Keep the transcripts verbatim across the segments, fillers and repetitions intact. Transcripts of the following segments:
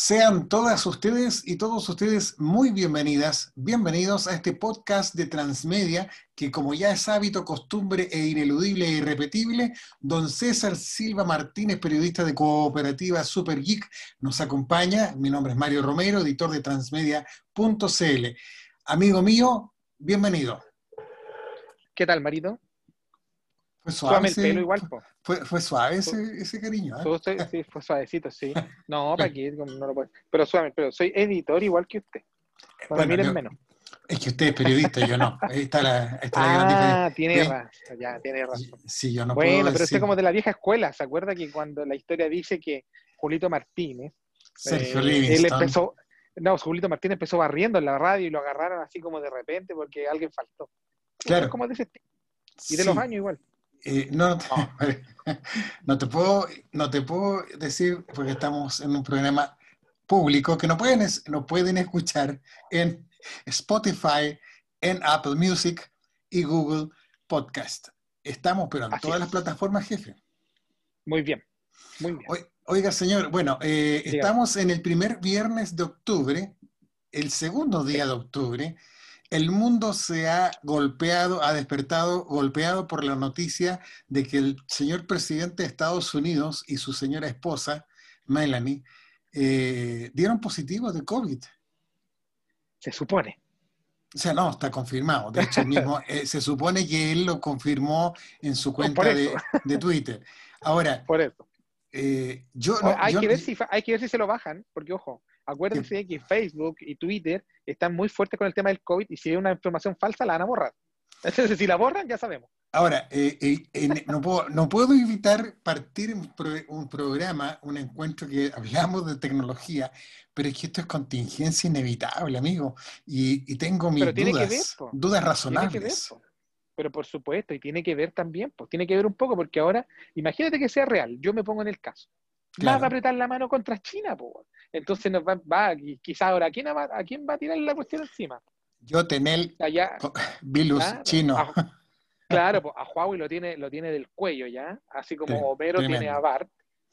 Sean todas ustedes y todos ustedes muy bienvenidas, bienvenidos a este podcast de Transmedia, que como ya es hábito, costumbre e ineludible e irrepetible, don César Silva Martínez, periodista de Cooperativa Super Geek, nos acompaña. Mi nombre es Mario Romero, editor de transmedia punto c l. Amigo mío, bienvenido. ¿Qué tal, marido? Fue suave, Súame el pelo ese, igual, po. fue, fue suave Su- ese, ese cariño, ¿eh? su- su- sí, fue suavecito, sí. No, para aquí, no lo puedo. Pero súame el pelo. Soy editor igual que usted. No me Bueno, miren yo, menos. es que usted es periodista, yo no. Ahí está la, ahí está la gran diferencia. Ah, tiene ¿Sí? razón, ya, tiene razón. Sí, yo no puedo Bueno, pero usted decir como de la vieja escuela, ¿se acuerda que cuando la historia dice que Julito Martínez, Sergio eh, él Livingston. empezó, no, Julito Martínez empezó barriendo en la radio y lo agarraron así como de repente porque alguien faltó? Usted es Claro, como de ese estilo. Y de los sí. años igual. Eh, no, te, No, no te puedo, no te puedo decir porque estamos en un programa público que no pueden, es- no pueden escuchar en Spotify, en Apple Music y Google Podcast. Estamos, pero en así todas las es. plataformas, jefe. Muy bien, muy bien. Oi- Oiga, señor, bueno, eh, Dígame. estamos en el primer viernes de octubre, el segundo Sí. día de octubre. El mundo se ha golpeado, ha despertado, golpeado por la noticia de que el señor presidente de Estados Unidos y su señora esposa, Melanie, eh, dieron positivos de COVID. Se supone. O sea, no, está confirmado. De hecho, el mismo, eh, se supone que él lo confirmó en su Por cuenta eso, de, de Twitter. Ahora, por eso. eh, yo O- no, Hay yo, que ver si fa- hay que ver si se lo bajan, porque ojo, que- acuérdense que Facebook y Twitter están muy fuertes con el tema del COVID y si hay una información falsa la van a borrar. Entonces, si la borran, ya sabemos. Ahora, eh, eh, en- no puedo, no puedo evitar partir un, pro- un programa, un encuentro que hablamos de tecnología, pero es que esto es contingencia inevitable, amigo, y, y tengo Pero mis tiene que ver, dudas, po. dudas Tiene que ver, razonables. po. Pero por supuesto, y tiene que ver también, pues tiene que ver un poco, porque ahora, imagínate que sea real, yo me pongo en el caso. Más va a Claro, apretar la mano contra China, pues. Entonces nos va, va quizás ahora, ¿a quién va, a quién va a tirar la cuestión encima? yo tener Allá, co- virus claro. chino, A, Claro, pues a Huawei lo tiene, lo tiene del cuello ya, así como Tre- Homero tiene a tremendo. Bart,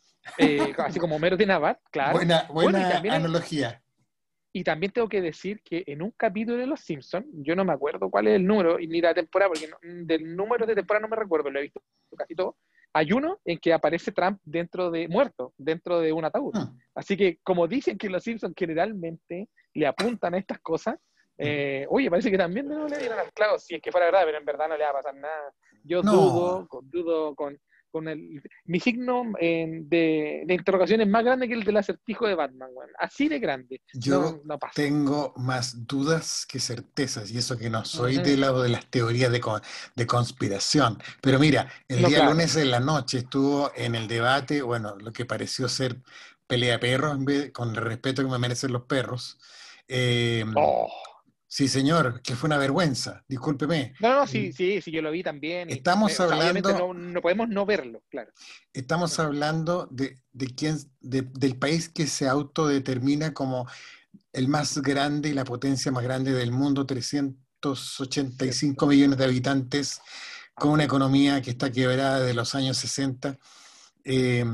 eh, así como Homero tiene a Bart, claro. Buena, Bueno, y buena también, hay- analogía. y también tengo que decir que en un capítulo de Los Simpsons, yo no me acuerdo cuál es el número, y ni la temporada, porque no- del número de temporada no me recuerdo, lo he visto casi todo. Hay uno en que aparece Trump dentro de, muerto, dentro de un ataúd. Hmm, Así que, como dicen que Los Simpsons generalmente le apuntan a estas cosas, hmm. eh, oye, parece que también no le dieron al clavo, si es que fuera verdad, pero en verdad no le va a pasar nada. Yo No, dudo, con, dudo con, con el... Mi signo eh, de, de interrogación es más grande que el del acertijo de Batman, weón. Así de grande. No, yo no pasa. tengo más dudas que certezas, y eso que no soy Ujú. del lado de las teorías de, con- de conspiración. Pero mira, el No, día claro. lunes en la noche estuvo en el debate, bueno, lo que pareció ser pelea de perros, en vez- con el respeto que me merecen los perros. Eh, Oh. sí, señor, que fue una vergüenza, discúlpeme. No, no, sí, sí, sí, yo lo vi también. Y, Estamos eh, o sea, obviamente hablando, no, no podemos no verlo, claro. estamos hablando de, de quién, de- del país que se autodetermina como el más grande y la potencia más grande del mundo, trescientos ochenta y cinco Cierto. millones de habitantes, con una Así es. economía que está quebrada de los años sesenta. Eh,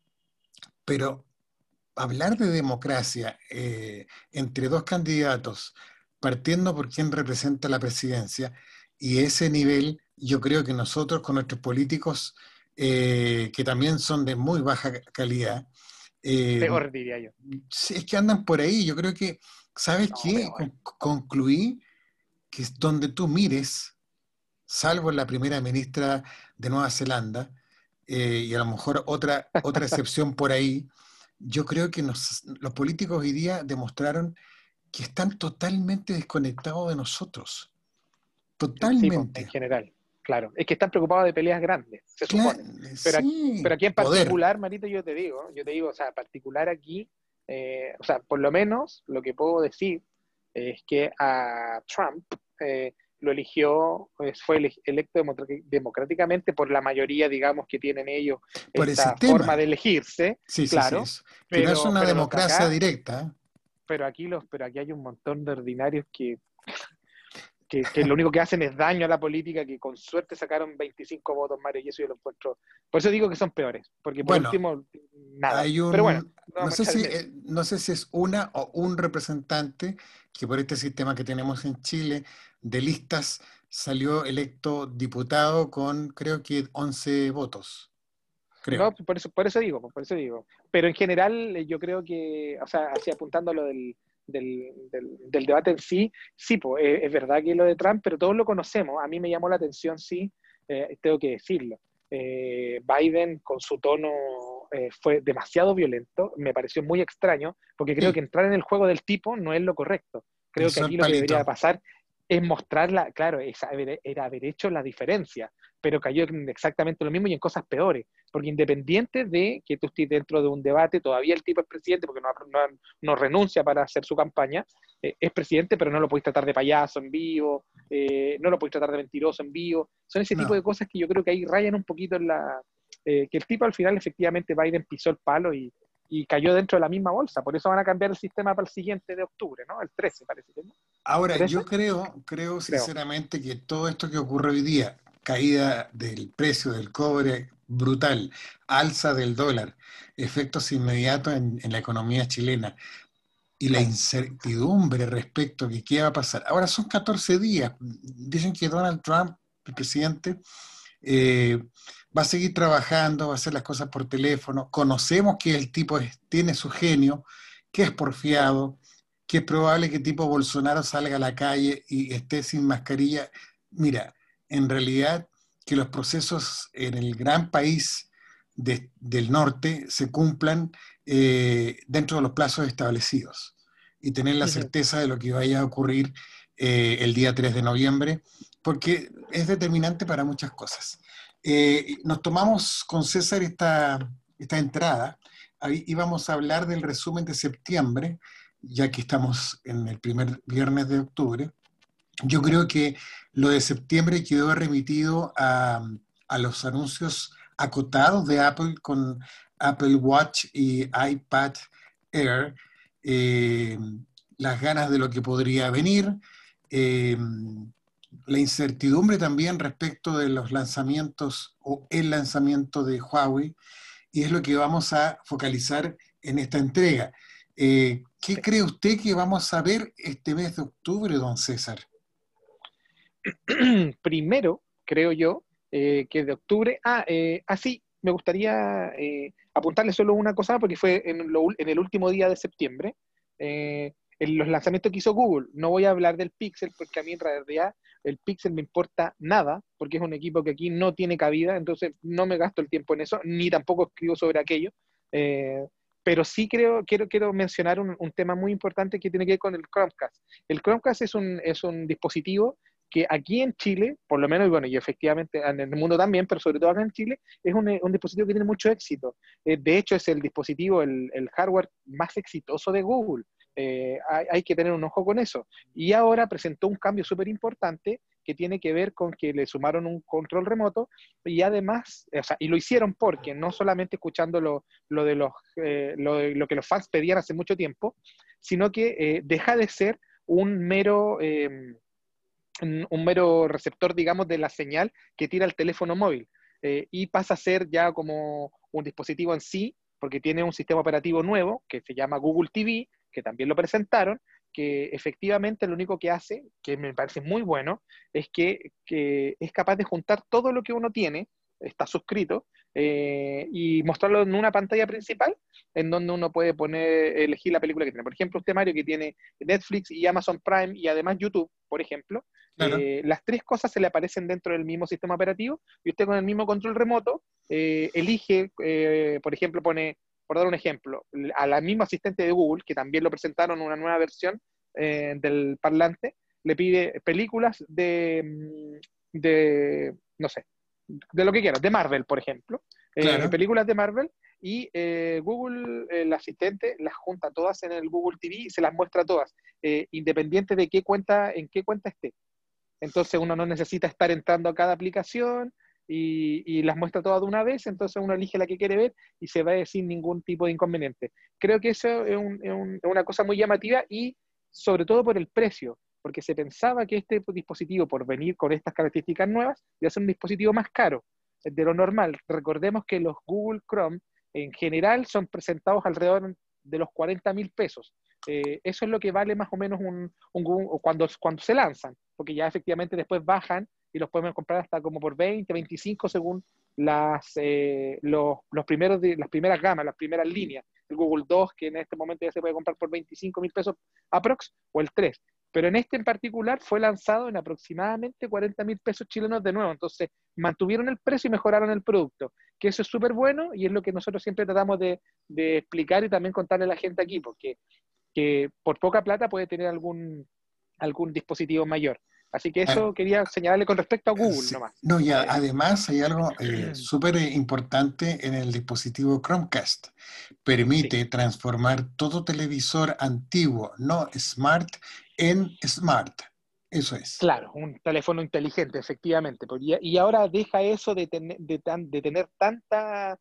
pero hablar de democracia eh, entre dos candidatos, partiendo por quien representa la presidencia, y ese nivel, yo creo que nosotros con nuestros políticos, eh, que también son de muy baja calidad, eh, Peor, diría yo. sí, es que andan por ahí. Yo creo que, ¿sabes No, qué? peor. Con- concluí que es donde tú mires, salvo la primera ministra de Nueva Zelanda, eh, y a lo mejor otra, otra excepción por ahí, yo creo que nos- los políticos hoy día demostraron que están totalmente desconectados de nosotros. Sí, pues, en Totalmente. general, claro. Es que están preocupados de peleas grandes, se Cla- supone. Pero, ac- pero sí, aquí en poder. particular, Marito, yo te digo, yo te digo, o sea, particular aquí, eh, o sea, por lo menos lo que puedo decir es que a Trump eh, lo eligió, pues, fue ele- electo democr- democráticamente por la mayoría, digamos, que tienen ellos Por el esta forma sistema. de elegirse, Sí, sí, sí, claro, eso. Que no es pero, una pero los de democracia acá, directa. ¿Eh? pero aquí los, pero aquí hay un montón de ordinarios que que, que lo único que hacen es daño a la política, que con suerte sacaron veinticinco votos, Mario, y eso yo lo encuentro. Por eso digo que son peores, porque por Bueno, último, nada. hay Pero bueno, un, no no vamos a sé echar si, en eso. eh, no sé si es una o un representante que por este sistema que tenemos en Chile de listas salió electo diputado con creo que once votos, No, creo. por eso, por eso digo, por eso digo. Pero en general, eh, yo creo que, o sea, así apuntando a lo del, del, del, del debate en sí, sí, pues, eh, es verdad que lo de Trump, pero todos lo conocemos. A mí me llamó la atención, sí, eh, tengo que decirlo. Eh, Biden, con su tono, eh, fue demasiado violento, me pareció muy extraño, porque creo que Sí, entrar en el juego del tipo no es lo correcto. Creo que alzó el aquí lo que debería palito. pasar es mostrarla, claro, es haber, era haber hecho la diferencia, pero cayó en exactamente lo mismo y en cosas peores. Porque independiente de que tú estés dentro de un debate, todavía el tipo es presidente porque no, no, no renuncia para hacer su campaña, eh, es presidente, pero no lo podéis tratar de payaso en vivo, eh, no lo podéis tratar de mentiroso en vivo. Son ese tipo de No. cosas que yo creo que ahí rayan un poquito en la... Eh, que el tipo al final efectivamente Biden pisó el palo y, y cayó dentro de la misma bolsa. Por eso van a cambiar el sistema para el siguiente de octubre, ¿no? El trece parece que, ¿no? Ahora, ¿trece? yo creo, creo Creo. sinceramente que todo esto que ocurre hoy día, caída del precio del cobre brutal, alza del dólar, efectos inmediatos en, en la economía chilena y la Claro. incertidumbre respecto a que qué va a pasar. Ahora son catorce días. Dicen que Donald Trump, el presidente, eh, va a seguir trabajando, va a hacer las cosas por teléfono. Conocemos que el tipo es- tiene su genio, que es porfiado, que es probable que tipo Bolsonaro salga a la calle y esté sin mascarilla. Mira, en realidad que los procesos en el gran país de- del norte se cumplan eh, dentro de los plazos establecidos y tener la Ujú. certeza de lo que vaya a ocurrir eh, el día tres de noviembre, porque es determinante para muchas cosas. Eh, nos tomamos con César esta, esta entrada, ahí íbamos a hablar del resumen de septiembre, ya que estamos en el primer viernes de octubre. Yo creo que lo de septiembre quedó remitido a, a los anuncios acotados de Apple con Apple Watch y iPad Air, eh, las ganas de lo que podría venir, eh, la incertidumbre también respecto de los lanzamientos o el lanzamiento de Huawei, y es lo que vamos a focalizar en esta entrega. Eh, ¿Qué Sí. cree usted que vamos a ver este mes de octubre, don César? Primero, creo yo, eh, que de octubre. Ah, eh, así, me gustaría eh, apuntarle solo una cosa, porque fue en, lo, en el último día de septiembre, eh, en los lanzamientos que hizo Google. No voy a hablar del Pixel, porque a mí en realidad el Pixel me importa nada, porque es un equipo que aquí no tiene cabida, entonces no me gasto el tiempo en eso, ni tampoco escribo sobre aquello. Eh, pero sí creo, quiero, quiero mencionar un, un, tema muy importante que tiene que ver con el Chromecast. El Chromecast es un, es un dispositivo que aquí en Chile, por lo menos, y bueno, y efectivamente en el mundo también, pero sobre todo acá en Chile, es un, un dispositivo que tiene mucho éxito. Eh, de hecho, es el dispositivo, el, el hardware más exitoso de Google. Eh, hay, hay, que tener un ojo con eso. Y ahora presentó un cambio súper importante que tiene que ver con que le sumaron un control remoto y además, o sea, y lo hicieron porque no solamente escuchando lo, lo de los, eh, lo, de, lo que los fans pedían hace mucho tiempo, sino que eh, deja de ser un mero... Eh, un mero receptor, digamos, de la señal que tira el teléfono móvil eh, y pasa a ser ya como un dispositivo en sí, porque tiene un sistema operativo nuevo que se llama Google T V, que también lo presentaron, que efectivamente lo único que hace, que me parece muy bueno, es que, que es capaz de juntar todo lo que uno tiene, está suscrito, eh, y mostrarlo en una pantalla principal, en donde uno puede poner, elegir la película que tiene. Por ejemplo, usted, Mario, que tiene Netflix y Amazon Prime y además YouTube, por ejemplo, Claro. eh, las tres cosas se le aparecen dentro del mismo sistema operativo y usted con el mismo control remoto eh, elige, eh, por ejemplo, pone, por dar un ejemplo, a la misma asistente de Google, que también lo presentaron una nueva versión eh, del parlante, le pide películas de, de, no sé, de lo que quieras, de Marvel, por ejemplo, eh, Claro. películas de Marvel, y eh, Google, el asistente, las junta todas en el Google T V y se las muestra todas, eh, independiente de qué cuenta, en qué cuenta esté. Entonces uno no necesita estar entrando a cada aplicación y, y, las muestra todas de una vez, entonces uno elige la que quiere ver y se va sin ningún tipo de inconveniente. Creo que eso es, un, es, un, es una cosa muy llamativa y sobre todo por el precio. porque se pensaba que este dispositivo, por venir con estas características nuevas, iba a ser un dispositivo más caro de lo normal. Recordemos que los Google Chrome en general son presentados alrededor de los cuarenta mil pesos. Eh, eso es lo que vale más o menos un, un Google, cuando, cuando se lanzan, porque ya efectivamente después bajan y los podemos comprar hasta como por veinte, veinticinco según las, eh, los, los primeros de, las primeras gamas, las primeras líneas. El Google dos, que en este momento ya se puede comprar por veinticinco mil pesos aprox, o el tres. Pero en este en particular fue lanzado en aproximadamente cuarenta mil pesos chilenos de nuevo. Entonces mantuvieron el precio y mejoraron el producto, que eso es súper bueno y es lo que nosotros siempre tratamos de, de explicar y también contarle a la gente aquí, porque que por poca plata puede tener algún, algún dispositivo mayor. Así que Eh, eso quería señalarle con respecto a Google sí. nomás. No, y a- Eh, además hay algo eh, súper importante en el dispositivo Chromecast. sí, Permite transformar todo televisor antiguo, no smart, en smart. Eso es. claro, un teléfono inteligente, efectivamente. Pues, y, y ahora deja eso de, tener de, tan- de tener tanta,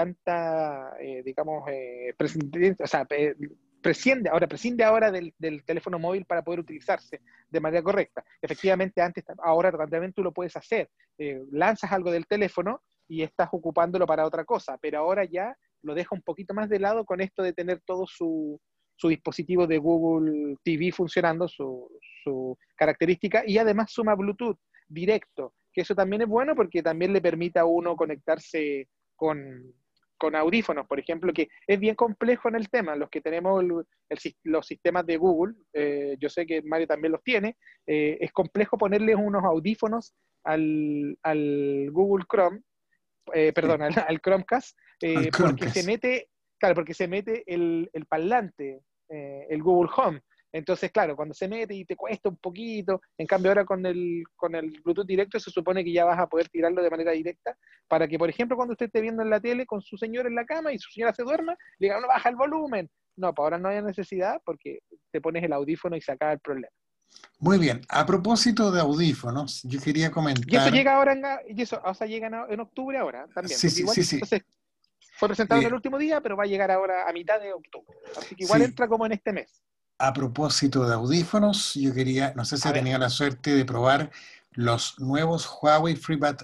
tanta, eh, digamos, eh, prescinde- o sea, eh, prescinde, ahora prescinde ahora del, del teléfono móvil para poder utilizarse de manera correcta. Efectivamente, antes, ahora también tú lo puedes hacer. Eh, lanzas algo del teléfono y estás ocupándolo para otra cosa, pero ahora ya lo deja un poquito más de lado con esto de tener todo su, su dispositivo de Google T V funcionando, su, su característica, y además suma Bluetooth directo, que eso también es bueno porque también le permite a uno conectarse con, con audífonos, por ejemplo, que es bien complejo en el tema. Los que tenemos el, el, los sistemas de Google, eh, yo sé que Mario también los tiene, eh, es complejo ponerles unos audífonos al, al Google Chrome, eh, Sí. perdón, al, al Chromecast, Al eh, porque se Chromecast. mete, claro, porque se mete el, el parlante, eh, el Google Home. Entonces, claro, cuando se mete y te cuesta un poquito, en cambio ahora con el, con el Bluetooth directo se supone que ya vas a poder tirarlo de manera directa para que, por ejemplo, cuando usted esté viendo en la tele con su señor en la cama y su señora se duerma, le diga, no, baja el volumen. No, para ahora no hay necesidad porque te pones el audífono y se acaba el problema. Muy bien. A propósito de audífonos, yo quería Y eso comentar. llega ahora, en, y eso, o sea, llega en, en octubre ahora también, Sí, porque sí, igual sí, sí. entonces fue presentado en el Eh, último día, pero va a llegar ahora a mitad de octubre. Así que igual sí, entra como en este mes. a propósito de audífonos, yo quería, no sé si A ha ver, tenido la suerte de probar los nuevos Huawei FreeBuds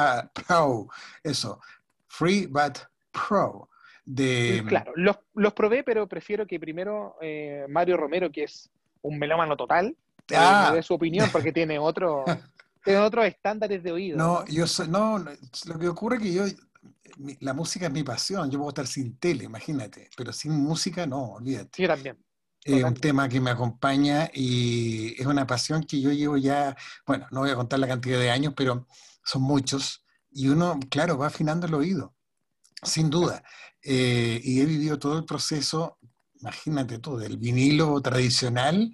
Pro. Eso, FreeBuds Pro. De, claro, los, los probé, pero prefiero que primero eh, Mario Romero, que es un melómano total, eh, me dé ah, su opinión porque tiene otro, tiene otros estándares de oído, no, ¿no? yo soy, no, no, lo que ocurre es que yo, mi- la música es mi pasión, yo puedo estar sin tele, imagínate, pero sin música no, olvídate. Yo también, Es un totalmente. tema que me acompaña y es una pasión que yo llevo ya, bueno, no voy a contar la cantidad de años, pero son muchos. Y uno, claro, va afinando el oído, sin Claro, duda. Eh, y he vivido todo el proceso, imagínate tú, del vinilo tradicional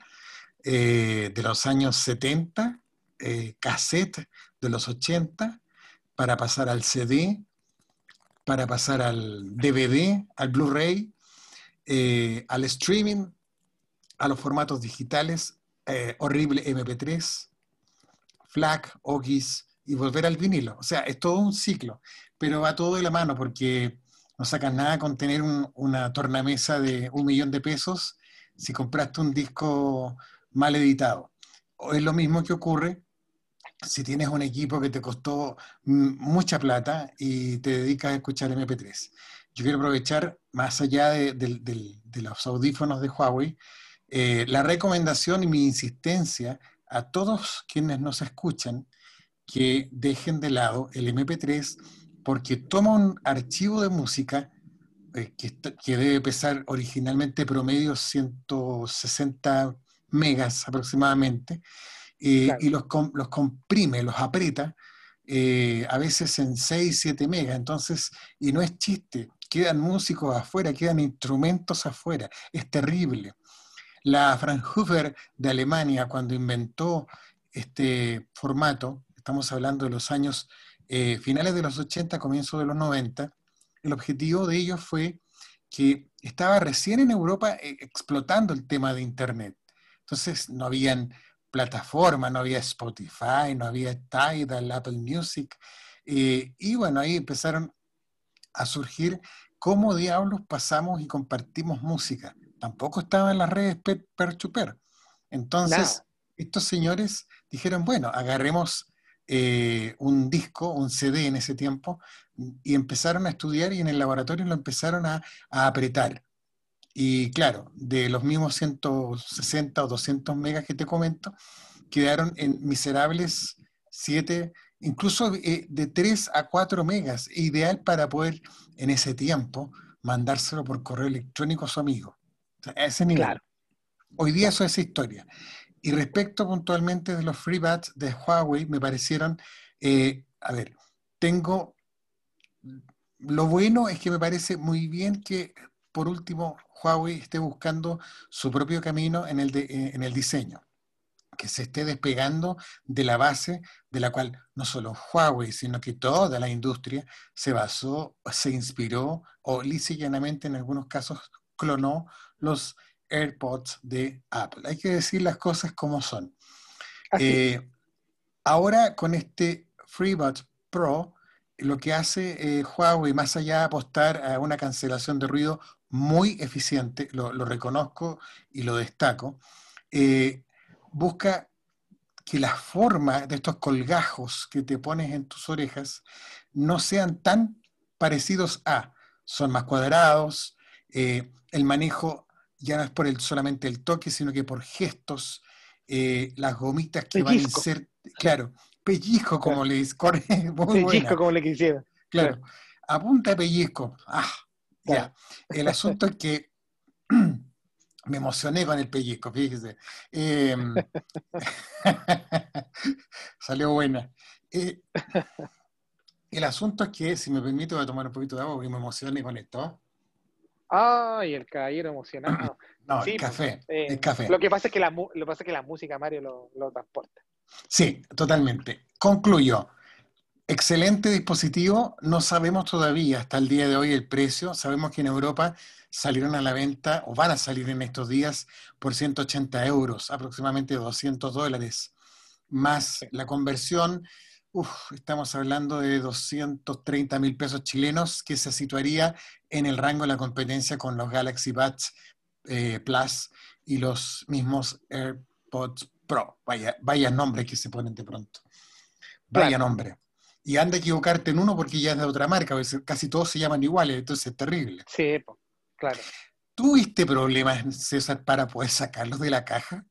eh, de los años setenta, eh, cassette de los ochenta, para pasar al C D, para pasar al D V D, al Blu-ray, eh, al streaming, a los formatos digitales, eh, horrible M P tres, FLAC, O G I S y volver al vinilo. O sea, es todo un ciclo, pero va todo de la mano porque no sacas nada con tener un, una tornamesa de un millón de pesos si compraste un disco mal editado. O es lo mismo que ocurre si tienes un equipo que te costó mm, mucha plata y te dedicas a escuchar M P tres. Yo quiero aprovechar, más allá de, de, de, de los audífonos de Huawei, eh, la recomendación y mi insistencia a todos quienes nos escuchan que dejen de lado el M P tres porque toma un archivo de música eh, que, está, que debe pesar originalmente promedio ciento sesenta megas aproximadamente, eh, claro. y los, com, los, comprime, los aprieta, eh, a veces en seis siete megas. Entonces, y no es chiste, quedan músicos afuera, quedan instrumentos afuera. Es terrible. La Fraunhofer de Alemania, cuando inventó este formato, estamos hablando de los años eh, finales de los ochenta, comienzos de los noventa, el objetivo de ellos fue que estaba recién en Europa eh, explotando el tema de Internet. Entonces no habían plataformas, no había Spotify, no había Tidal, Apple Music, eh, y bueno, ahí empezaron a surgir cómo diablos pasamos y compartimos música. Tampoco estaba en las redes per to per. Entonces, Nada. estos señores dijeron, bueno, agarremos eh, un disco, un C D en ese tiempo, y empezaron a estudiar y en el laboratorio lo empezaron a, a apretar. Y claro, de los mismos ciento sesenta o doscientos megas que te comento, quedaron en miserables siete, incluso eh, de tres a cuatro megas, ideal para poder en ese tiempo mandárselo por correo electrónico a su amigo. O sea, a ese nivel. Claro, Hoy día claro. eso es historia. Y respecto puntualmente de los FreeBuds de Huawei, me parecieron, eh, a ver, tengo, lo bueno es que me parece muy bien que por último Huawei esté buscando su propio camino en el, de, eh, en el diseño, que se esté despegando de la base de la cual no solo Huawei, sino que toda la industria se basó, se inspiró o lisa y llanamente en algunos casos clonó los AirPods de Apple. Hay que decir las cosas como son. Así es. Eh, Ahora con este FreeBuds Pro, lo que hace eh, Huawei, más allá de apostar a una cancelación de ruido muy eficiente, lo, lo reconozco y lo destaco, eh, busca que la forma de estos colgajos que te pones en tus orejas no sean tan parecidos a, son más cuadrados, eh, el manejo ya no es por el, solamente el toque, sino que por gestos, eh, las gomitas que van a Pellizco. insertar, Sí, claro, pellizco como claro. le dice, Core, muy Pellizco buena, como le quisiera. Claro, claro, a punta de pellizco, ah, claro. ya. El asunto es que me emocioné con el pellizco, fíjese. Eh, Salió buena. Eh, el asunto es que, si me permite, voy a tomar un poquito de agua porque me emocioné con esto. Ay, el caballero emocionado. No, el Sí, pues. café, eh, el café. lo que pasa es que la, mu- lo que pasa es que la música, Mario, lo, lo transporta. Sí, totalmente. Concluyo. Excelente dispositivo. No sabemos todavía hasta el día de hoy el precio. Sabemos que en Europa salieron a la venta o van a salir en estos días por ciento ochenta euros, aproximadamente doscientos dólares, más Sí, la conversión. Uf, estamos hablando de doscientos treinta mil pesos chilenos, que se situaría en el rango de la competencia con los Galaxy Buds eh, Plus y los mismos AirPods Pro. Vaya, vaya nombre que se ponen de pronto. Vaya claro. nombre. Y anda a equivocarte en uno porque ya es de otra marca, porque casi todos se llaman iguales, entonces es terrible. Sí, pues, claro. ¿Tuviste problemas, César, para poder sacarlos de la caja?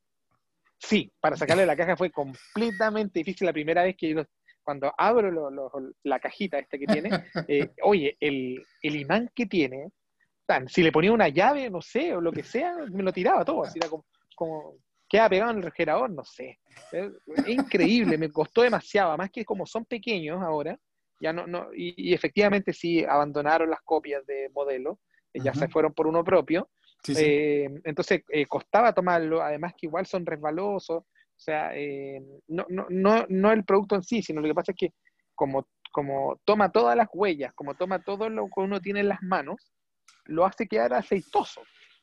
Sí, para sacarle la caja fue completamente difícil la primera vez que yo, cuando abro lo- lo- la cajita esta que tiene, eh, oye, el, el imán que tiene, tan, si le ponía una llave, no sé, o lo que sea, me lo tiraba todo, así era como, como queda pegado en el refrigerador, no sé. Es, es increíble, me costó demasiado, además que como son pequeños ahora, ya no, no, y, y efectivamente sí abandonaron las copias de modelo, eh, ya se Ujú. fueron por uno propio, Sí, sí. eh, entonces eh, costaba tomarlo, además que igual son resbalosos, o sea, eh, no, no, no, no el producto en sí, sino lo que pasa es que como, como toma todas las huellas, como toma todo lo que uno tiene en las manos, lo hace quedar aceitoso.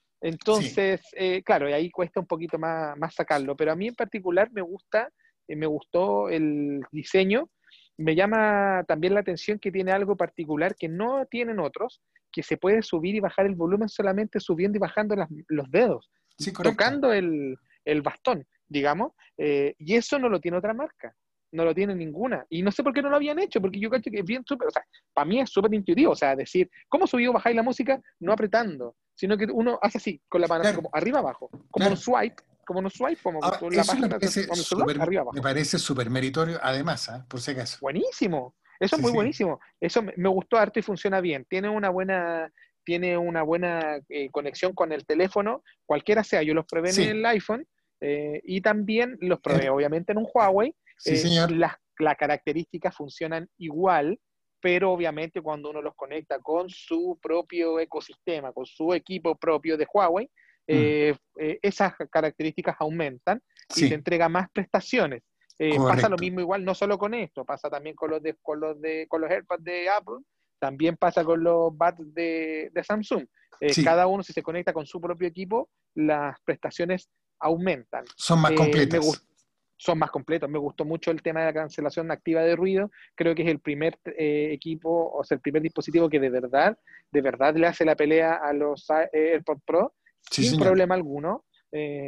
Sí. Entonces, eh, claro, y ahí cuesta un poquito más, más sacarlo, pero a mí en particular me gusta, eh, me gustó el diseño, me llama también la atención que tiene algo particular que no tienen otros, que se puede subir y bajar el volumen solamente subiendo y bajando las- los dedos, Sí, correcto. tocando el, el bastón, digamos, eh, y eso no lo tiene otra marca. No lo tiene ninguna. Y no sé por qué no lo habían hecho, porque yo creo que es bien súper, o sea, para mí es súper intuitivo, o sea, decir, ¿cómo subí o bajáis la música? No apretando, sino que uno hace así, con la mano así Claro, como arriba abajo, como un claro. swipe, como un swipe, como Ahora, con la eso me página parece con el celular, súper, arriba me abajo. parece súper meritorio, además, ¿ah? Por si acaso. Buenísimo, eso es Sí, muy sí. buenísimo, eso me, me gustó harto y funciona bien, tiene una buena, tiene una buena eh, conexión con el teléfono, cualquiera sea, yo los probé en Sí. el iPhone eh, y también los probé Eh, obviamente en un Huawei, sí, eh, señor. las, las características funcionan igual, pero obviamente cuando uno los conecta con su propio ecosistema, con su equipo propio de Huawei, Mm, eh, eh, esas características aumentan y te sí, entrega más prestaciones. Eh, pasa lo correcto. mismo igual, no solo con esto, pasa también con los de, con los de, con los AirPods de Apple, también pasa con los Buds de, de Samsung. Eh, Sí, cada uno, si se conecta con su propio equipo, las prestaciones aumentan. son más Eh, me gust- completas. Son más completos. Me gustó mucho el tema de la cancelación activa de ruido. Creo que es el primer eh, equipo, o sea, el primer dispositivo que de verdad, de verdad le hace la pelea a los eh, AirPods Pro Sí, sin señor. problema alguno. Eh,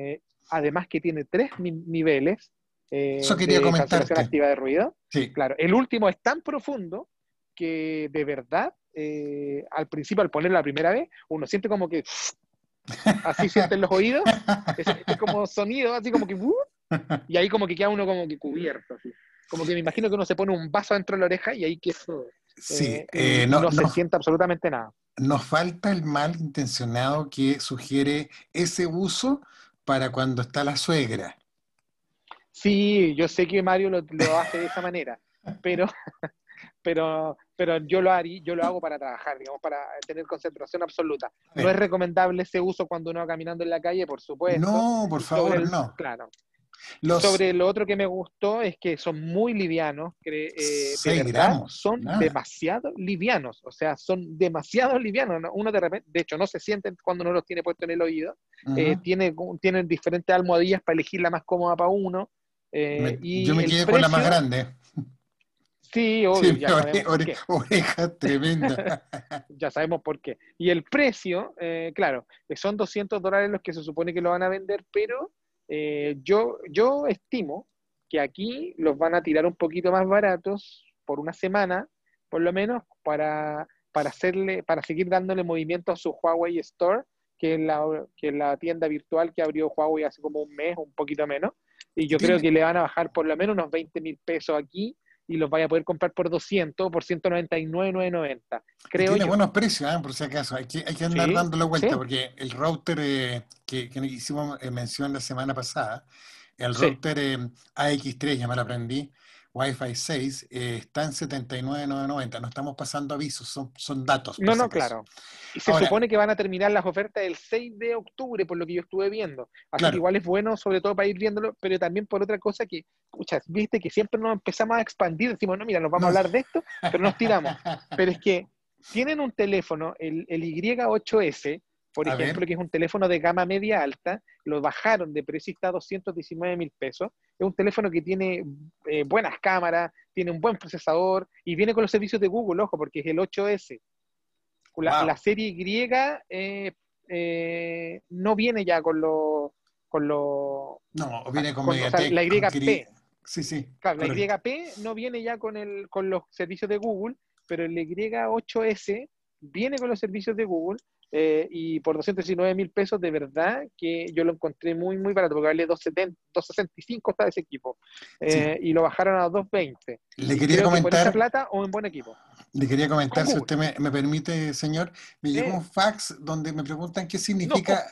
además que tiene tres ni- niveles eh, Eso quería de cancelación comentarte. activa de ruido. Sí. Claro, el último es tan profundo que de verdad, eh, al principio, al ponerlo la primera vez, uno siente como que así sienten los oídos, ese, ese como sonido, así como que uh, y ahí como que queda uno como que cubierto, así. Como que me imagino que uno se pone un vaso dentro de la oreja y ahí que eso, Sí, eh, eh, y no, no se no, siente absolutamente nada. nos falta el malintencionado que sugiere ese uso para cuando está la suegra. Sí, yo sé que Mario lo, lo hace de esa manera, pero, pero, pero yo lo haría, yo lo hago para trabajar, digamos, para tener concentración absoluta. A No es ver, recomendable ese uso cuando uno va caminando en la calle, por supuesto. no, por Y sobre favor, el, no. claro, y Los sobre lo otro que me gustó es que son muy livianos, que eh, de seis verdad gramos, son nada. demasiado livianos, o sea, son demasiado livianos. ¿No? Uno de repente, de hecho, no se sienten cuando uno los tiene puesto en el oído. Eh, Ujú. tiene, tienen diferentes almohadillas para elegir la más cómoda para uno. Me- Eh, yo y me el quedé con la más precio, grande. sí, Sí, obvio, mi ya ore- sabemos por ore- qué. oreja tremenda. Ya sabemos por qué. Y el precio, eh, claro, eh, son doscientos dólares los que se supone que lo van a vender, pero eh, yo, yo estimo que aquí los van a tirar un poquito más baratos por una semana, por lo menos, para, para, hacerle, para seguir dándole movimiento a su Huawei Store, que es la, que es la tienda virtual que abrió Huawei hace como un mes, un poquito menos. Y Y yo creo tiene, que le van a bajar por lo menos unos veinte mil pesos aquí y los vaya a poder comprar por doscientos, por ciento noventa y nueve mil novecientos noventa, y creo tiene yo. buenos precios, ¿eh? Por si acaso. Hay que, hay que andar Sí, dándole vuelta sí, porque el router eh, que, que hicimos eh, mención la semana pasada, el sí. router eh, A X tres, ya me lo aprendí, Wi-Fi seis, eh, está en setenta y nueve mil novecientos noventa. No estamos pasando avisos, son, son datos, por No, si no, acaso. claro. Y se Ahora, supone que van a terminar las ofertas el seis de octubre, por lo que yo estuve viendo. Así que claro. igual es bueno, sobre todo para ir viéndolo, pero también por otra cosa que, pucha, viste que siempre nos empezamos a expandir, decimos, no, mira, nos vamos a No, hablar de esto, pero nos tiramos. Pero es que tienen un teléfono, el, el Y ocho S, por a ejemplo, ver, que es un teléfono de gama media alta, lo bajaron de precio y está a doscientos diecinueve mil pesos. Es un teléfono que tiene eh, buenas cámaras, tiene un buen procesador y viene con los servicios de Google, ojo, porque es el ocho S. La, la wow. serie Y eh, eh, no viene ya con los, con los, o No, sea, viene con con, o sea, la Mediatek, con Kiri. Y P, Sí, sí, claro, la correcto. Y P no viene ya con, el, con los servicios de Google, pero el Y ocho S viene con los servicios de Google eh, y por doscientos diecinueve mil pesos, de verdad que yo lo encontré muy, muy barato, porque vale doscientos sesenta y cinco está ese equipo, Sí. eh, y lo bajaron a doscientos veinte. Le Y quería creo que por esa comentar, plata, o en buen equipo, le quería con comentar, si Google. usted me, me permite, señor, me llegó Eh, un fax donde me preguntan qué no, significa,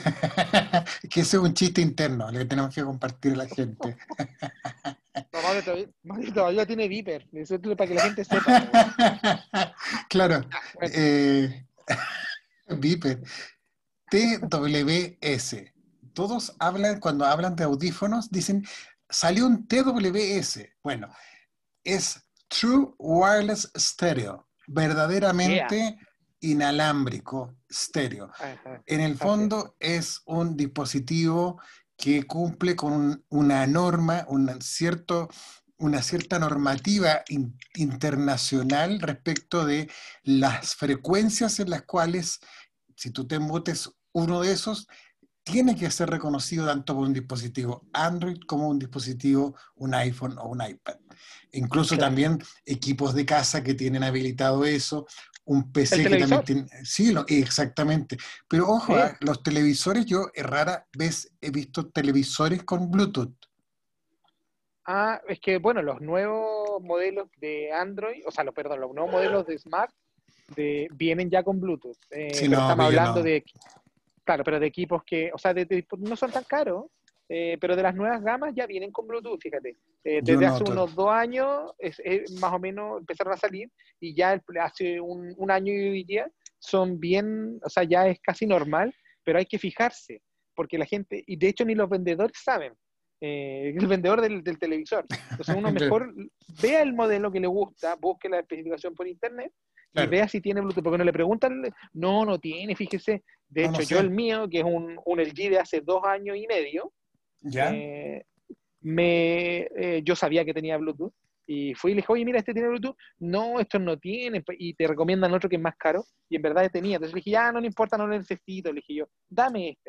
que ese es un chiste interno, le tenemos que compartir a la gente. no, Mario todavía, Mario todavía tiene Viper. Eso es para que la gente sepa, po. Claro, Ah, bueno, eh, Viper, T W S. Todos hablan, cuando hablan de audífonos, dicen, salió un T W S. Bueno, es True Wireless Stereo, yeah. verdaderamente inalámbrico estéreo. Ajá, En el así es. fondo es un dispositivo que cumple con un- una norma, un cierto, una cierta normativa in- internacional respecto de las frecuencias en las cuales, si tú te embutes uno de esos, tiene que ser reconocido tanto por un dispositivo Android como un dispositivo, un iPhone o un iPad. Incluso Claro. también equipos de casa que tienen habilitado eso, un El P C que también televisor, tiene, sí, lo, exactamente. Pero ojo, sí. ¿ah? Los televisores, yo eh, rara vez he visto televisores con Bluetooth. Ah, es que, bueno, los nuevos modelos de Android, o sea, los, perdón, los nuevos modelos de Smart de, vienen ya con Bluetooth. Eh, Sí, pero no, estamos pero yo hablando no, de, claro, pero de equipos que, o sea, de- de- no son tan caros, eh, pero de las nuevas gamas ya vienen con Bluetooth, fíjate. Eh, yo desde no. hace unos dos años, es, es más o menos empezaron a salir y ya el- hace un, un año y hoy día son bien, o sea, ya es casi normal, pero hay que fijarse, porque la gente, y de hecho ni los vendedores saben, eh, el vendedor del, del televisor. Entonces uno mejor vea el modelo que le gusta, busque la especificación por internet y Claro, vea si tiene Bluetooth, porque no le preguntan, no, no tiene, fíjese. De no, no hecho, yo el sé. mío, que es un, un L G de hace dos años y medio, ¿Ya? eh, me, eh, yo sabía que tenía Bluetooth y fui y le dije, oye, mira, este tiene Bluetooth. No, estos no tienen, y te recomiendan otro que es más caro, y en verdad tenía. Entonces le dije, ya, no le importa, no lo necesito. Le dije yo, dame este nomás.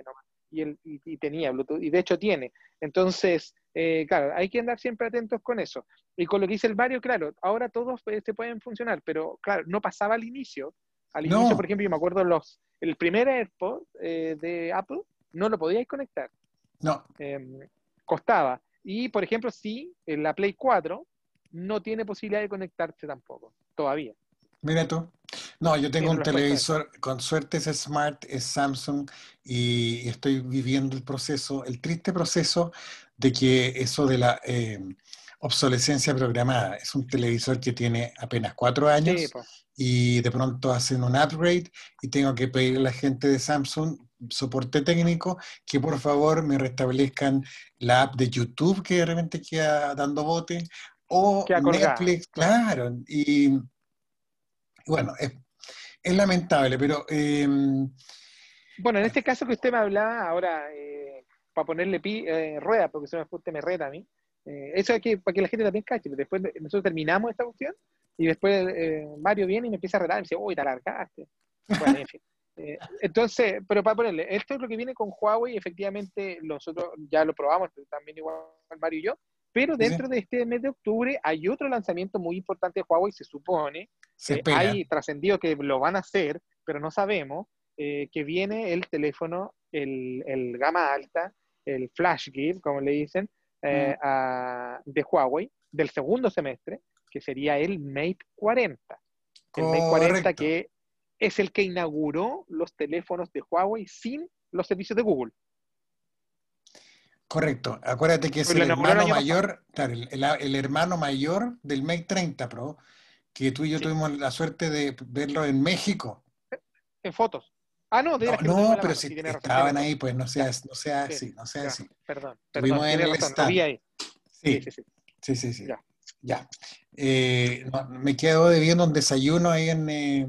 y, el, y, y tenía Bluetooth, y de hecho tiene. Entonces, eh, claro, hay que andar siempre atentos con eso. Y con lo que dice el Mario, claro, ahora todos eh, se pueden funcionar, pero claro, no pasaba al inicio. Al inicio, por No, ejemplo, yo me acuerdo los, el primer AirPod eh, de Apple, no lo podíais conectar. no. Eh, costaba. Y, por ejemplo, sí, en la Play cuatro no tiene posibilidad de conectarse tampoco, todavía. Mira tú. No, yo Sí, tengo no un los puedes conectar. televisor, con suerte es Smart, es Samsung, y estoy viviendo el proceso, el triste proceso de que eso de la eh, obsolescencia programada. Es un televisor que tiene apenas cuatro Sí, años pues. y de pronto hacen un upgrade y tengo que pedirle a la gente de Samsung, soporte técnico, que por favor me restablezcan la app de YouTube que de repente queda dando bote, o Queda colgada. Netflix, claro, y bueno, es, es lamentable, pero eh, Bueno, en bueno, este caso que usted me hablaba ahora, eh, para ponerle pi, eh, rueda, porque se me fue usted me reta a mí, eh, eso es que, para que la gente también cache. Después de- nosotros terminamos esta cuestión y después eh, Mario viene y me empieza a retar y me dice, uy, te alargaste. Bueno, en fin. Eh, entonces, pero para ponerle, esto es lo que viene con Huawei, efectivamente nosotros ya lo probamos, también igual Mario y yo, pero sí, sí, dentro de este mes de octubre hay otro lanzamiento muy importante de Huawei, se supone, se eh, espera, hay trascendido que lo van a hacer, pero no sabemos, eh, que viene el teléfono, el, el gama alta, el flagship, como le dicen, mm, eh, a, de Huawei, del segundo semestre, que sería el Mate cuarenta. El Mate cuarenta correcto, que es el que inauguró los teléfonos de Huawei sin los servicios de Google. correcto. Acuérdate que es Pues el lo inauguró el hermano año pasado, mayor, claro, el, el- el hermano mayor del Mate treinta Pro, que tú y yo sí, tuvimos la suerte de verlo en México. en fotos. Ah, no, de No, veras que lo tuvimos no, en la pero mano, si sí, tiene razón, tiene estaban razón. ahí, pues no Ya, seas, no sea sí, así, no sea ya, así. perdón, perdón, Estuvimos en tiene el razón, lo vi stand. ahí. Sí, sí, Sí, sí, sí, sí, sí. ya. Ya. Eh, no, me quedo debiendo un desayuno ahí en, eh,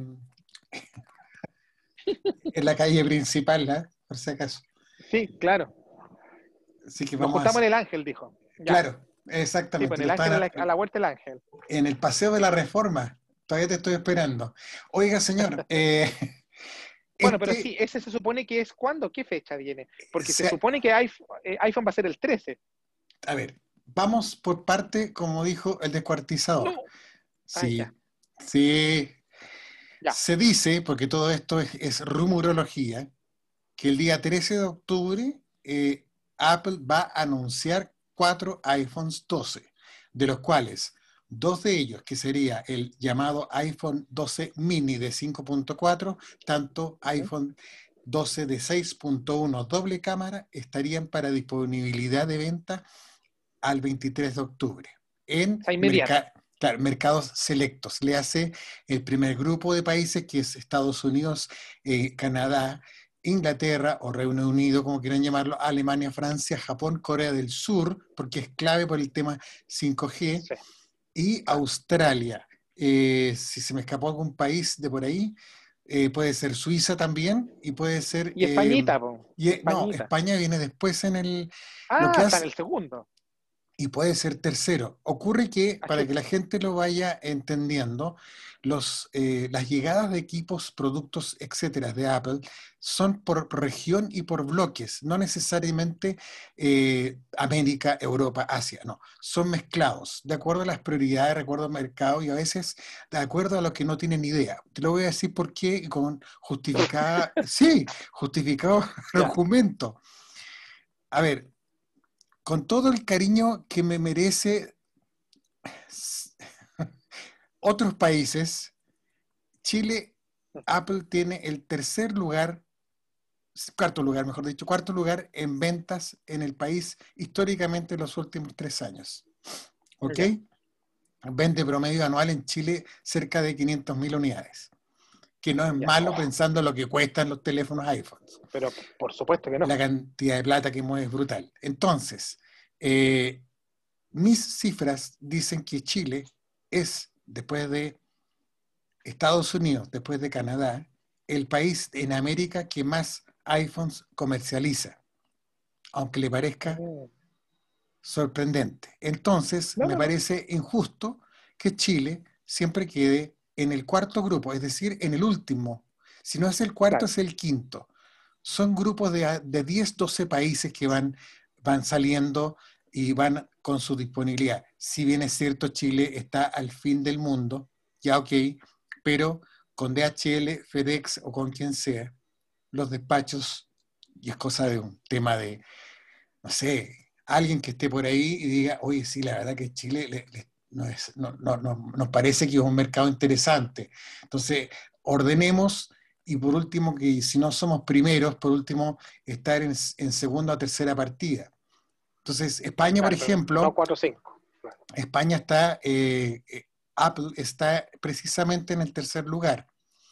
en la calle principal, ¿ah? Por si acaso. Sí, claro. Así que Nos vamos a juntamos hacer. en el Ángel, dijo. Ya. Claro, Sí, pues exactamente. en Lo el Ángel, estaban a a- la, a la vuelta del Ángel. en el Paseo de la Reforma. Todavía te estoy esperando. Oiga, señor, eh, Bueno, pero este sí, ese se supone que es cuándo, qué fecha viene. Porque se se- supone que iPhone, eh, iPhone va a ser el trece. a ver, vamos por parte, como dijo el descuartizador. No. Ah, ya, Sí, sí. ya. Se dice, porque todo esto es, es rumorología, que el día trece de octubre eh, Apple va a anunciar cuatro iPhones doce, de los cuales dos de ellos, que sería el llamado iPhone doce mini de cinco punto cuatro, tanto Ujú. iPhone doce de seis punto uno doble cámara, estarían para disponibilidad de venta al veintitrés de octubre en O sea, inmediato. merca- claro, mercados selectos. Le hace el primer grupo de países, que es Estados Unidos, eh, Canadá, Inglaterra o Reino Unido, como quieran llamarlo, Alemania, Francia, Japón, Corea del Sur, porque es clave por el tema cinco G, Sí, y claro. Australia. Eh, si se me escapó algún país de por ahí, eh, puede ser Suiza también, y puede ser... Y eh, Españita, po. y, eh, no, Españita. España viene después en el... Lo Ah, que está en hace, el segundo. y puede ser tercero. Ocurre que, Ah, para que chuta. la gente lo vaya entendiendo, los, eh, las llegadas de equipos, productos, etcétera, de Apple son por región y por bloques, no necesariamente eh, América, Europa, Asia, no, son mezclados, de acuerdo a las prioridades, de acuerdo al mercado y a veces de acuerdo a lo que no tienen idea. Te lo voy a decir por qué y con justificada, sí, justificado Ya. argumento. A ver, con todo el cariño que me merece otros países, Chile, Apple tiene el tercer lugar, cuarto lugar, mejor dicho, cuarto lugar en ventas en el país históricamente en los últimos tres años. ¿Ok? Ya. Vende promedio anual en Chile cerca de quinientas mil unidades, que no es Ya. malo Oh, pensando lo que cuestan los teléfonos iPhones. pero por supuesto que no. La cantidad de plata que mueve es brutal. Entonces, eh, mis cifras dicen que Chile es, después de Estados Unidos, después de Canadá, el país en América que más iPhones comercializa, aunque le parezca Mm. sorprendente. Entonces, No, me no, no. parece injusto que Chile siempre quede en el cuarto grupo, es decir, en el último. Si no es el cuarto, Claro. es el quinto. son grupos de, de diez, doce países que van, van saliendo y van con su disponibilidad. Si bien es cierto, Chile está al fin del mundo, ya ok, pero con D H L, FedEx o con quien sea, los despachos, y es cosa de un tema de, no sé, alguien que esté por ahí y diga, oye, sí, la verdad que Chile le, le, no es, no, no, no, nos parece que es un mercado interesante. Entonces, ordenemos y por último, que si no somos primeros, por último, estar en, en segunda o tercera partida. Entonces, España, por Claro, pero no ejemplo, cuatro o cinco. Claro. España está, eh, eh, Apple está precisamente en el tercer lugar.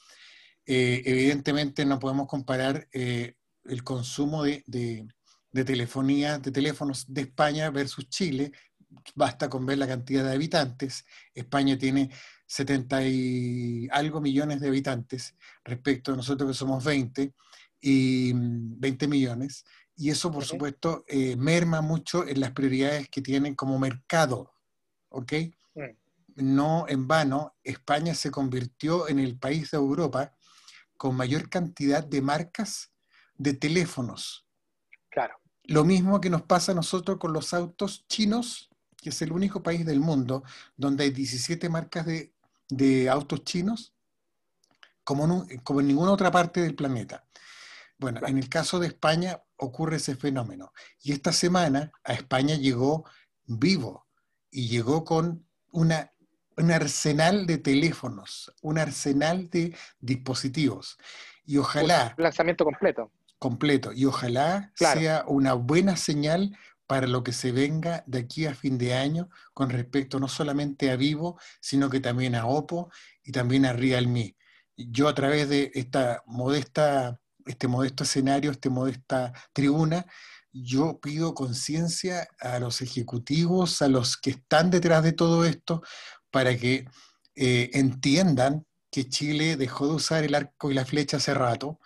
Eh, evidentemente no podemos comparar eh, el consumo de, de, de telefonía, de teléfonos de España versus Chile. Basta con ver la cantidad de habitantes. España tiene setenta y algo millones de habitantes respecto a nosotros que somos veinte, y veinte millones. Y eso, por Uh-huh. supuesto, eh, merma mucho en las prioridades que tienen como mercado. ¿Ok? Mm. No en vano, España se convirtió en el país de Europa con mayor cantidad de marcas de teléfonos. Claro. Lo mismo que nos pasa a nosotros con los autos chinos, que es el único país del mundo donde hay diecisiete marcas de, de autos chinos, como, no, como en ninguna otra parte del planeta. Bueno, Claro. en el caso de España ocurre ese fenómeno. Y esta semana a España llegó Vivo y llegó con una, un arsenal de teléfonos, un arsenal de dispositivos. Y Un ojalá, lanzamiento completo. completo, y ojalá Claro. sea una buena señal para lo que se venga de aquí a fin de año con respecto no solamente a Vivo, sino que también a Oppo y también a Realme. Yo a través de esta modesta, este modesto escenario, esta modesta tribuna, yo pido conciencia a los ejecutivos, a los que están detrás de todo esto, para que eh, entiendan que Chile dejó de usar el arco y la flecha hace rato,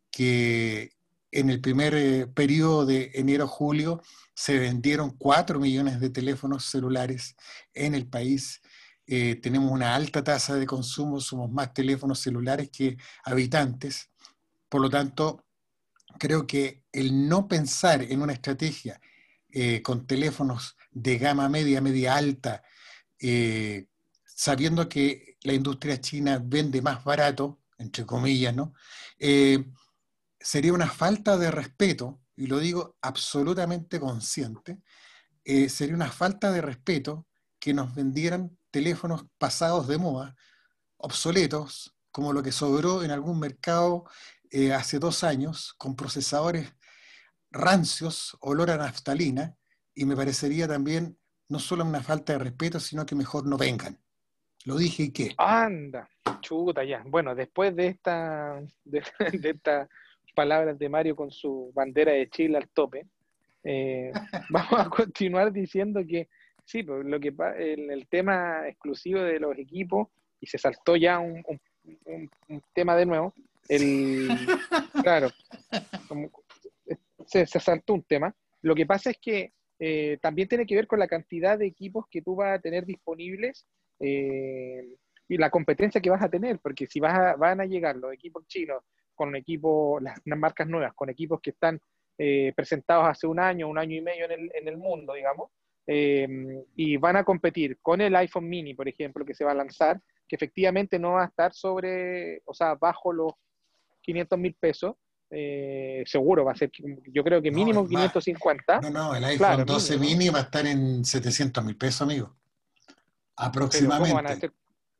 que en el primer eh, periodo de enero-julio se vendieron cuatro millones de teléfonos celulares en el país. Eh, tenemos una alta tasa de consumo, somos más teléfonos celulares que habitantes. Por lo tanto, creo que el no pensar en una estrategia eh, con teléfonos de gama media, media alta, eh, sabiendo que la industria china vende más barato, entre comillas, ¿no? Eh, sería una falta de respeto, y lo digo absolutamente consciente, eh, sería una falta de respeto que nos vendieran teléfonos pasados de moda, obsoletos, como lo que sobró en algún mercado eh, hace dos años, con procesadores rancios, olor a naftalina, y me parecería también no solo una falta de respeto, sino que mejor no vengan. Lo dije y qué. Anda, chuta ya. Bueno, después de esta, de, de estas palabras de Mario con su bandera de Chile al tope, eh, vamos a continuar diciendo que sí, pues, lo que pa- el, el tema exclusivo de los equipos, y se saltó ya un, un- un- un tema de nuevo, el, claro, como- se, se saltó un tema. Lo que pasa es que eh, también tiene que ver con la cantidad de equipos que tú vas a tener disponibles, eh, y la competencia que vas a tener, porque si vas a, van a llegar los equipos chinos con un equipo, las, las marcas nuevas, con equipos que están eh, presentados hace un año, un año y medio en el, en el mundo, digamos, eh, y van a competir con el iPhone mini, por ejemplo, que se va a lanzar, que efectivamente no va a estar sobre, o sea, bajo los quinientos mil pesos, eh, seguro va a ser, yo creo que No, es mínimo más. quinientos cincuenta, No, no, el iPhone claro, doce mínimo, mini va a estar en setecientos mil pesos, amigo. pero ¿cómo van a Aproximadamente. hacer?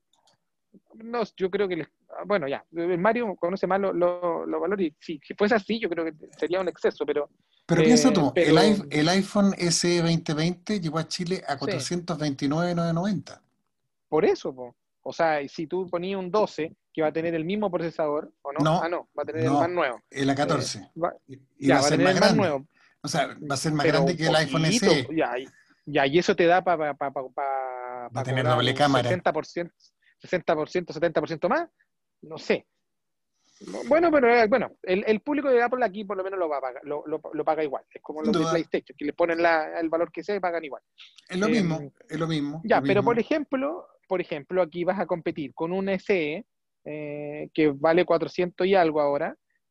No, yo creo que, les, bueno, ya, el Mario conoce más los lo, lo valores, y si, si fuese así, yo creo que sería un exceso, pero, Pero piensa eh, tú, el, pero, i- el iPhone S E veinte veinte llegó a Chile a sí, cuatrocientos veintinueve mil novecientos noventa. por eso, po. O sea, si tú ponías un doce que va a tener el mismo procesador, ¿o no? Ah, No, no, va a tener el más no, nuevo. el A Eh, catorce. va, Y y va ya, a va a ser tener más el más grande. nuevo, O sea, va a ser más pero grande que el iPhone poquito, S E. ya, ya, y eso te da para pa, pa, pa, Va a pa tener cobrar doble un cámara. sesenta por ciento, sesenta por ciento, setenta por ciento más, no sé. Bueno, pero eh, bueno, el, el público de Apple aquí por lo menos lo, va a pagar, lo, lo, lo paga igual. Es como Sin los de duda. PlayStation, que le ponen la, el valor que sea y pagan igual. Es lo Eh, mismo, es lo mismo, lo ya, pero por mismo. ejemplo, por ejemplo, aquí vas a competir con un S E, eh, que vale cuatrocientos y algo ahora,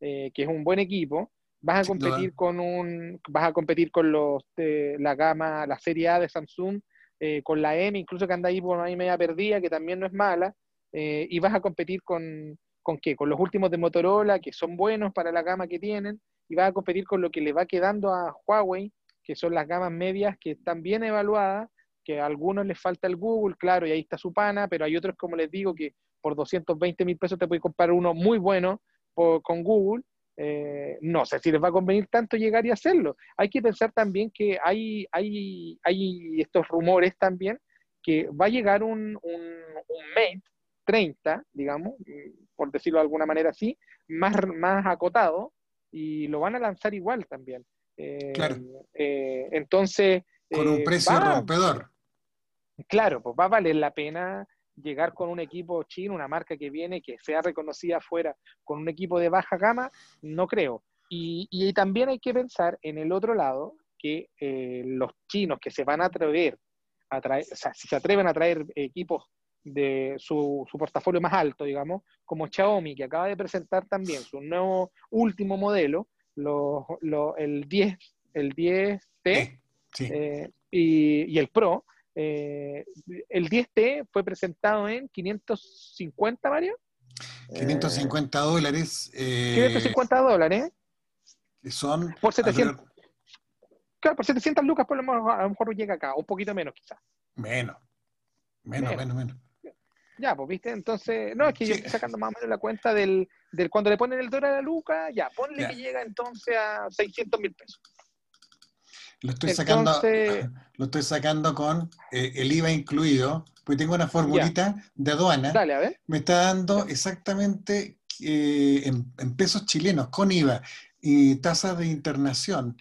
eh, que es un buen equipo, vas a sin duda. competir con un, vas a competir con los de la gama, la serie A de Samsung, eh, con la M, incluso que anda ahí por ahí media perdida, que también no es mala, eh, y vas a competir con, ¿con qué? Con los últimos de Motorola, que son buenos para la gama que tienen, y vas a competir con lo que le va quedando a Huawei, que son las gamas medias que están bien evaluadas, que a algunos les falta el Google, claro, y ahí está su pana, pero hay otros, como les digo, que por doscientos veinte mil pesos te puedes comprar uno muy bueno por, con Google. Eh, no sé si les va a convenir tanto llegar y hacerlo. Hay que pensar también que hay, hay, hay estos rumores también que va a llegar un, un, un Mate treinta, digamos, por decirlo de alguna manera así, más, más acotado, y lo van a lanzar igual también. Eh, Claro, eh, entonces, con un eh, precio va, rompedor. claro, pues va a valer la pena llegar con un equipo chino, una marca que viene, que sea reconocida afuera, con un equipo de baja gama, no creo. Y, y también hay que pensar en el otro lado, que eh, los chinos que se van a atrever a traer, o sea, si se atreven a traer equipos de su, su portafolio más alto, digamos, como Xiaomi, que acaba de presentar también su nuevo último modelo, lo, lo, el diez, el diez T, Sí, sí. eh, y, y el Pro. Eh, el diez T fue presentado en quinientos cincuenta, Mario. quinientos Eh, cincuenta dólares, quinientos eh, cincuenta dólares que son por alrededor, setecientos. Claro, por setecientos lucas por lo menos, a lo mejor llega acá, un poquito menos quizás. menos, menos, Menos. menos, menos. Ya, pues, ¿viste? Entonces, no, es que yo Sí, estoy sacando más o menos la cuenta del, del cuando le ponen el dólar a la luca, ya, ponle que ya. llega entonces a seiscientos mil pesos. Lo estoy sacando, Entonces, lo estoy sacando con eh, el I V A incluido, porque tengo una ya, formulita de aduana, dale, a ver. me está dando Ya. exactamente eh, en, en pesos chilenos, con I V A y tasas de internación,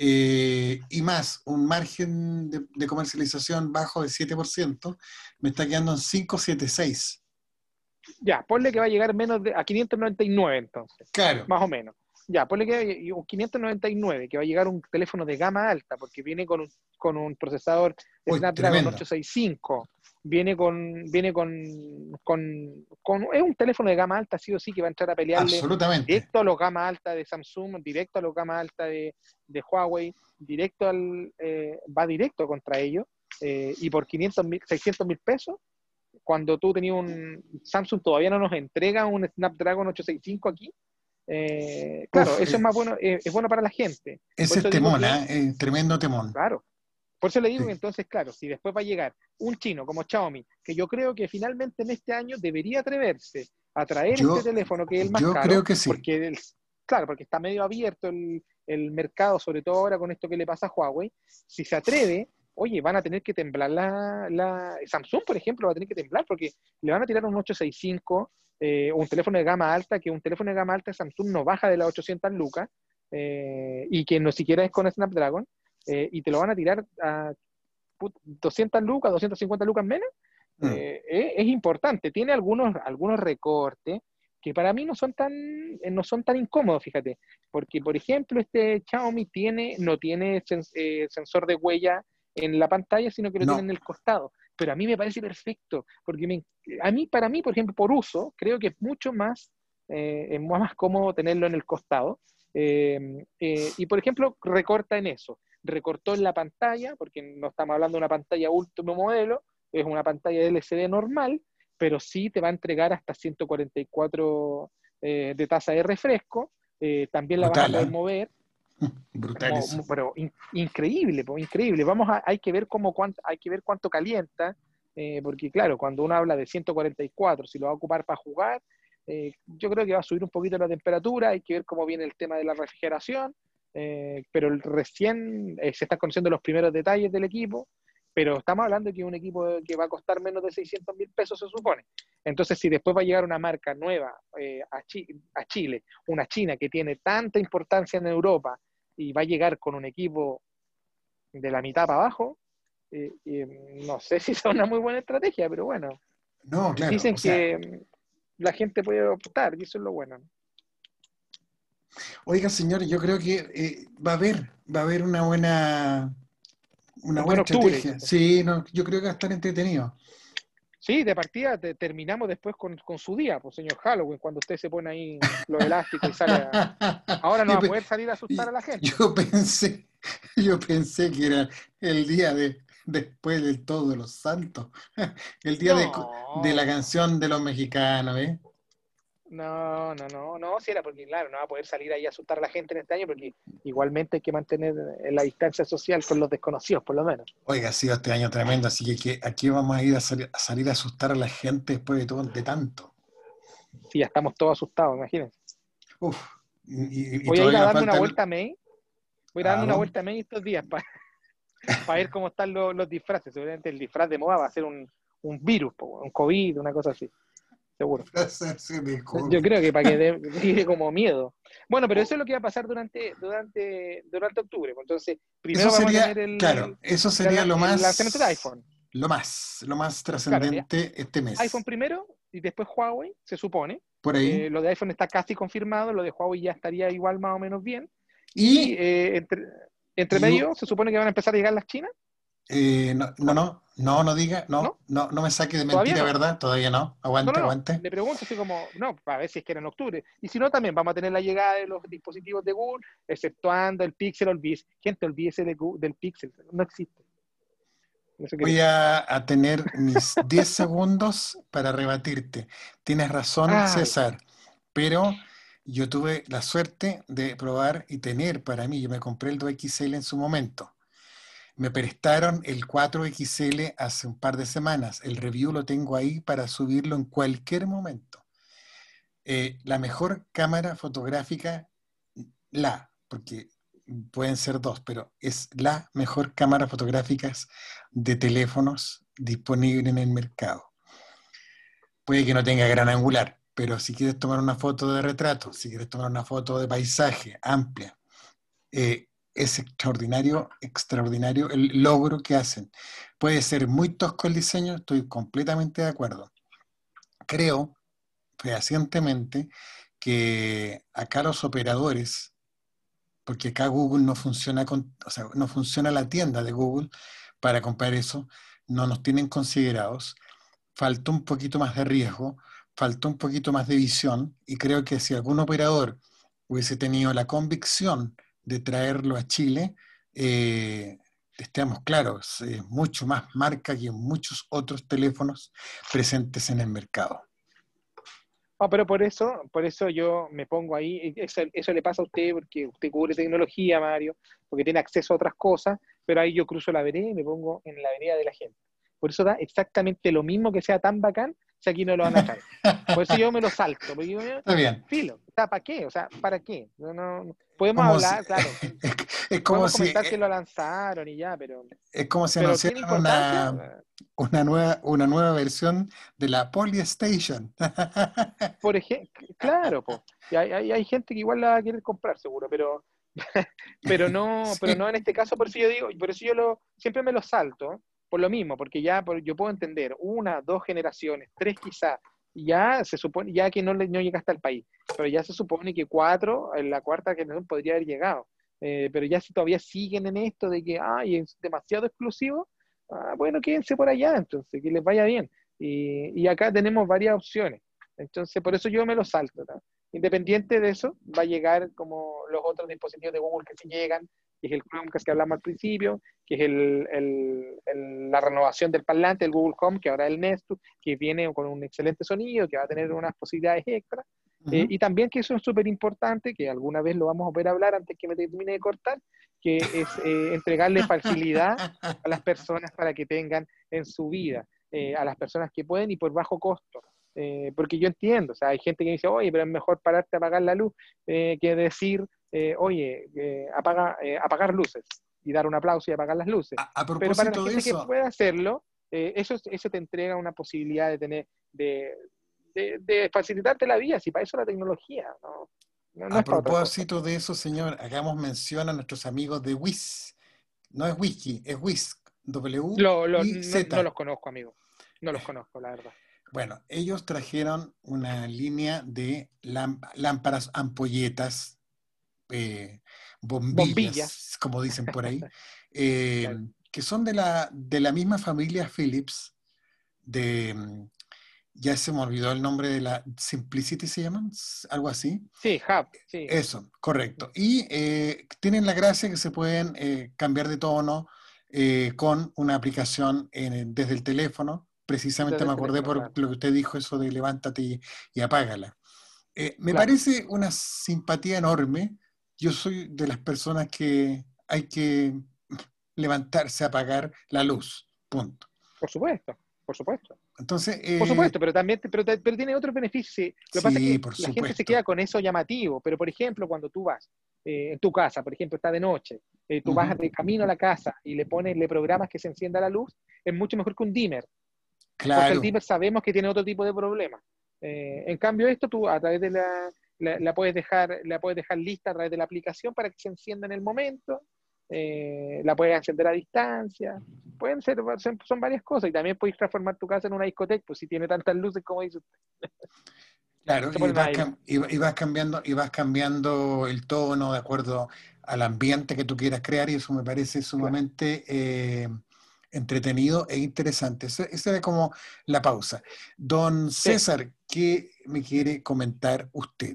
eh, y más un margen de, de comercialización bajo de siete por ciento, me está quedando en quinientos setenta y seis. Ya, ponle que va a llegar menos de, a quinientos noventa y nueve entonces, Claro, más o menos. Ya, ponle que un quinientos noventa y nueve, que va a llegar un teléfono de gama alta, porque viene con un, con un procesador uy, Snapdragon tremendo, ochocientos sesenta y cinco, viene con, viene con, con, con, es un teléfono de gama alta, sí o sí, que va a entrar a pelearle absolutamente. directo a los gama alta de Samsung, directo a los gama alta de, de Huawei, directo al, eh, va directo contra ellos, eh, y por quinientos mil, seiscientos mil pesos, cuando tú tenías un Samsung todavía no nos entrega un Snapdragon ochocientos sesenta y cinco aquí. Eh, claro, Uf, eso es eh, más bueno, eh, es bueno para la gente. Por ese es eso digo temón, que, ¿eh? Eh, tremendo temón. claro, por eso le digo que Sí. entonces, claro, si después va a llegar un chino como Xiaomi, que yo creo que finalmente en este año debería atreverse a traer este Yo, teléfono que es el más yo creo caro, que sí. porque, el, claro, porque está medio abierto el, el mercado, sobre todo ahora con esto que le pasa a Huawei, si se atreve, oye, van a tener que temblar la, la Samsung, por ejemplo, va a tener que temblar porque le van a tirar un ochocientos sesenta y cinco, eh, un teléfono de gama alta, que un teléfono de gama alta de Samsung no baja de las ochocientas lucas, eh, y que no siquiera es con Snapdragon, eh, y te lo van a tirar a doscientas lucas, doscientas cincuenta lucas menos, Mm. eh, es, es, importante. Tiene algunos, algunos recortes que para mí no son tan, eh, no son tan incómodos, fíjate, porque por ejemplo este Xiaomi tiene, no tiene sens eh, sensor de huella en la pantalla, sino que lo tiene No, en el costado, pero a mí me parece perfecto, porque me, a mí, para mí, por ejemplo, por uso, creo que es mucho más, eh, es más cómodo tenerlo en el costado, eh, eh, y por ejemplo, recorta en eso, recortó en la pantalla, porque no estamos hablando de una pantalla último modelo, es una pantalla de L C D normal, pero sí te va a entregar hasta ciento cuarenta y cuatro eh, de tasa de refresco, eh, también la vas a brutal, poder ¿eh? mover, Brutal mo, eso. mo, pero in, increíble, po, increíble. Vamos a, hay que ver cómo cuánto, hay que ver cuánto calienta, eh, porque claro, cuando uno habla de ciento cuarenta y cuatro, si lo va a ocupar para jugar, eh, yo creo que va a subir un poquito la temperatura, hay que ver cómo viene el tema de la refrigeración, eh, pero recién eh, se están conociendo los primeros detalles del equipo, pero estamos hablando de que es un equipo que va a costar menos de seiscientos mil pesos, se supone. Entonces, si después va a llegar una marca nueva eh, a, Chi a Chile, una China que tiene tanta importancia en Europa, y va a llegar con un equipo de la mitad para abajo, eh, eh, no sé si es una muy buena estrategia, pero bueno, No, claro, o dicen sea, que la gente puede optar y eso es lo bueno. oiga, señor, yo creo que eh, va a haber, va a haber una buena, una Un buena buen octubre, dices estrategia. tú. Sí, no, yo creo que va a estar entretenido. Sí, de partida te- terminamos después con, con su día, pues señor Halloween, cuando usted se pone ahí los elásticos y sale a... Ahora no Yo, va a pe- poder salir a asustar a y- la gente. yo pensé, yo pensé que era el día de, después del Todos los Santos, el día de, co- de la No, canción de los mexicanos, ¿eh? no, no, no, no, si era porque, claro, no va a poder salir ahí a asustar a la gente en este año, porque igualmente hay que mantener eh, la distancia social con los desconocidos, por lo menos. Oiga, ha sido este año tremendo, así que, que aquí vamos a ir a, salir a salir a asustar a la gente después de todo, de tanto. Si ya estamos todos asustados, imagínense. Uf, y, y- y Voy a ir todavía a nos darme una falta el... vuelta a May, voy a ir a ¿A darme una dónde? vuelta a May estos días para ver cómo están los, los disfraces. Seguramente el disfraz de moda va a ser un, un virus, po, un COVID, una cosa así, seguro. Hacerse de Yo COVID. creo que para que dé dé como miedo. Bueno, pero eso es lo que va a pasar durante, durante, durante octubre. Pues. Entonces, Eso primero vamos a sería, tener el, claro, eso sería el, lo el lanzamiento de más, iPhone. lo más, lo más Claro, eh, trascendente este iPhone mes. primero y después Huawei, se supone. Por ahí. Eh, lo de iPhone está casi confirmado, lo de Huawei ya estaría igual más o menos bien. Y Y, eh, entre, entre y medio se supone que van a empezar a llegar las chinas, eh, no, no, ¿o no? no, no, no diga, no, ¿No? no, no me saque de Todavía mentira, no. ¿verdad? Todavía no. No, Aguante, no, no. aguante. Le pregunto así como, no, para ver si es que era en octubre. Y si no, también vamos a tener la llegada de los dispositivos de Google, exceptuando el Pixel, olvídese. Gente, olvídese de Google, del Pixel. No existe. No se Voy cree. a, a tener mis diez segundos para rebatirte. Tienes razón, Ay, César, pero yo tuve la suerte de probar y tener para mí, yo me compré el dos X L en su momento. Me prestaron el cuatro X L hace un par de semanas. El review lo tengo ahí para subirlo en cualquier momento. Eh, la mejor cámara fotográfica, la, porque pueden ser dos, pero es la mejor cámara fotográfica de teléfonos disponible en el mercado. Puede que no tenga gran angular, pero si quieres tomar una foto de retrato, si quieres tomar una foto de paisaje amplia, eh, es extraordinario, extraordinario el logro que hacen. Puede ser muy tosco el diseño, estoy completamente de acuerdo. Creo fehacientemente que acá los operadores, porque acá Google no funciona con, o sea, no funciona la tienda de Google para comprar eso, no nos tienen considerados, faltó un poquito más de riesgo, faltó un poquito más de visión, y creo que si algún operador hubiese tenido la convicción de traerlo a Chile, eh, estemos claros, es mucho más marca que en muchos otros teléfonos presentes en el mercado. no, pero por eso, por eso yo me pongo ahí. Eso, eso le pasa a usted porque usted cubre tecnología, Mario, porque tiene acceso a otras cosas, pero ahí yo cruzo la vereda y me pongo en la vereda de la gente. Por eso da exactamente lo mismo que sea tan bacán si aquí no lo van a traer. Por eso yo me lo salto. Porque yo, Está bien. filo, o sea, ¿para qué? O sea, ¿para qué? No, no, Es podemos como si, hablar, claro, es como podemos si, comentar que lo lanzaron y ya, pero, es como si pero ¿tiene anunciaran importancia? una, una nueva, una nueva versión de la Polystation. Por ejemplo, claro, po. Y hay, hay, hay gente que igual la va a querer comprar, seguro, pero, pero no, pero Sí. no en este caso, por eso yo digo, por eso yo lo, siempre me lo salto, por lo mismo, porque ya por- yo puedo entender una, dos generaciones, tres quizás, ya se supone, ya que no, le- no llega hasta el país, pero ya se supone que cuatro, en la cuarta generación podría haber llegado. Eh, pero ya si todavía siguen en esto de que, ay, es demasiado exclusivo, ah, bueno, quédense por allá, entonces, que les vaya bien. Y, y acá tenemos varias opciones. Entonces, por eso yo me lo salto, ¿no? Independiente de eso, va a llegar como los otros dispositivos de Google que sí llegan, que es el Chromecast que hablamos al principio, que es el, el, el, la renovación del parlante, el Google Home, que ahora es el Nest, que viene con un excelente sonido, que va a tener unas posibilidades extras. Eh, Ujú. y también que eso es súper importante, que alguna vez lo vamos a poder hablar antes que me termine de cortar, que es eh, entregarle facilidad a las personas para que tengan en su vida, eh, a las personas que pueden y por bajo costo. Eh, porque yo entiendo, o sea, hay gente que dice, oye, pero es mejor pararte a apagar la luz eh, que decir, eh, oye, eh, apaga, eh, apagar luces y dar un aplauso y apagar las luces. A, a Pero para la propósito de gente que eso, puede hacerlo, eh, eso, eso te entrega una posibilidad de tener, de, de, de facilitarte la vida, si para eso la tecnología, no, no, no a es para otra cosa. propósito de eso, señor, hagamos mención a nuestros amigos de Wiz. No es whisky, es Whisk, Lo, lo, no, no W I Z. los conozco, amigo. No los conozco, la verdad. Bueno, ellos trajeron una línea de lámparas, ampolletas, eh, Bombillas, bombillas, como dicen por ahí, eh, claro. que son de la, de la misma familia Philips, de, mm, ya se me olvidó el nombre de la Simplicity, ¿se llaman? S- Algo así. Sí, Hub, sí. Eso, correcto. Y eh, tienen la gracia que se pueden eh, cambiar de tono eh, con una aplicación en el- desde el teléfono. Precisamente Desde me el acordé teléfono, por claro. lo que usted dijo, eso de levántate y, y apágala. Eh, me Claro, parece una simpatía enorme. Yo soy de las personas que hay que levantarse a apagar la luz. Punto. por supuesto, por supuesto. Entonces, Por eh, supuesto, pero también pero, te- pero tiene otros beneficios. Sí. Lo que pasa es sí, que por la gente se queda supuesto. con eso llamativo, pero por ejemplo, cuando tú vas eh, en tu casa, por ejemplo, está de noche, eh, tú vas Ujú. de camino a la casa y le pones, le programas que se encienda la luz, es mucho mejor que un dimmer, porque el Claro. dimmer sabemos que tiene otro tipo de problemas. Eh, en cambio, esto tú a través de la, la, la puedes dejar, la puedes dejar lista a través de la aplicación para que se encienda en el momento, eh, la puedes encender a distancia, pueden ser, son, son varias cosas, y también puedes transformar tu casa en una discoteca, pues si tiene tantas luces como dice usted, Claro, se y ponen a vas, bailar. cam- y, va- y vas cambiando, y vas cambiando el tono de acuerdo al ambiente que tú quieras crear, y eso me parece Claro. sumamente eh, entretenido e interesante. Eso- esa era como la pausa. Don Sí, César, ¿qué me quiere comentar usted?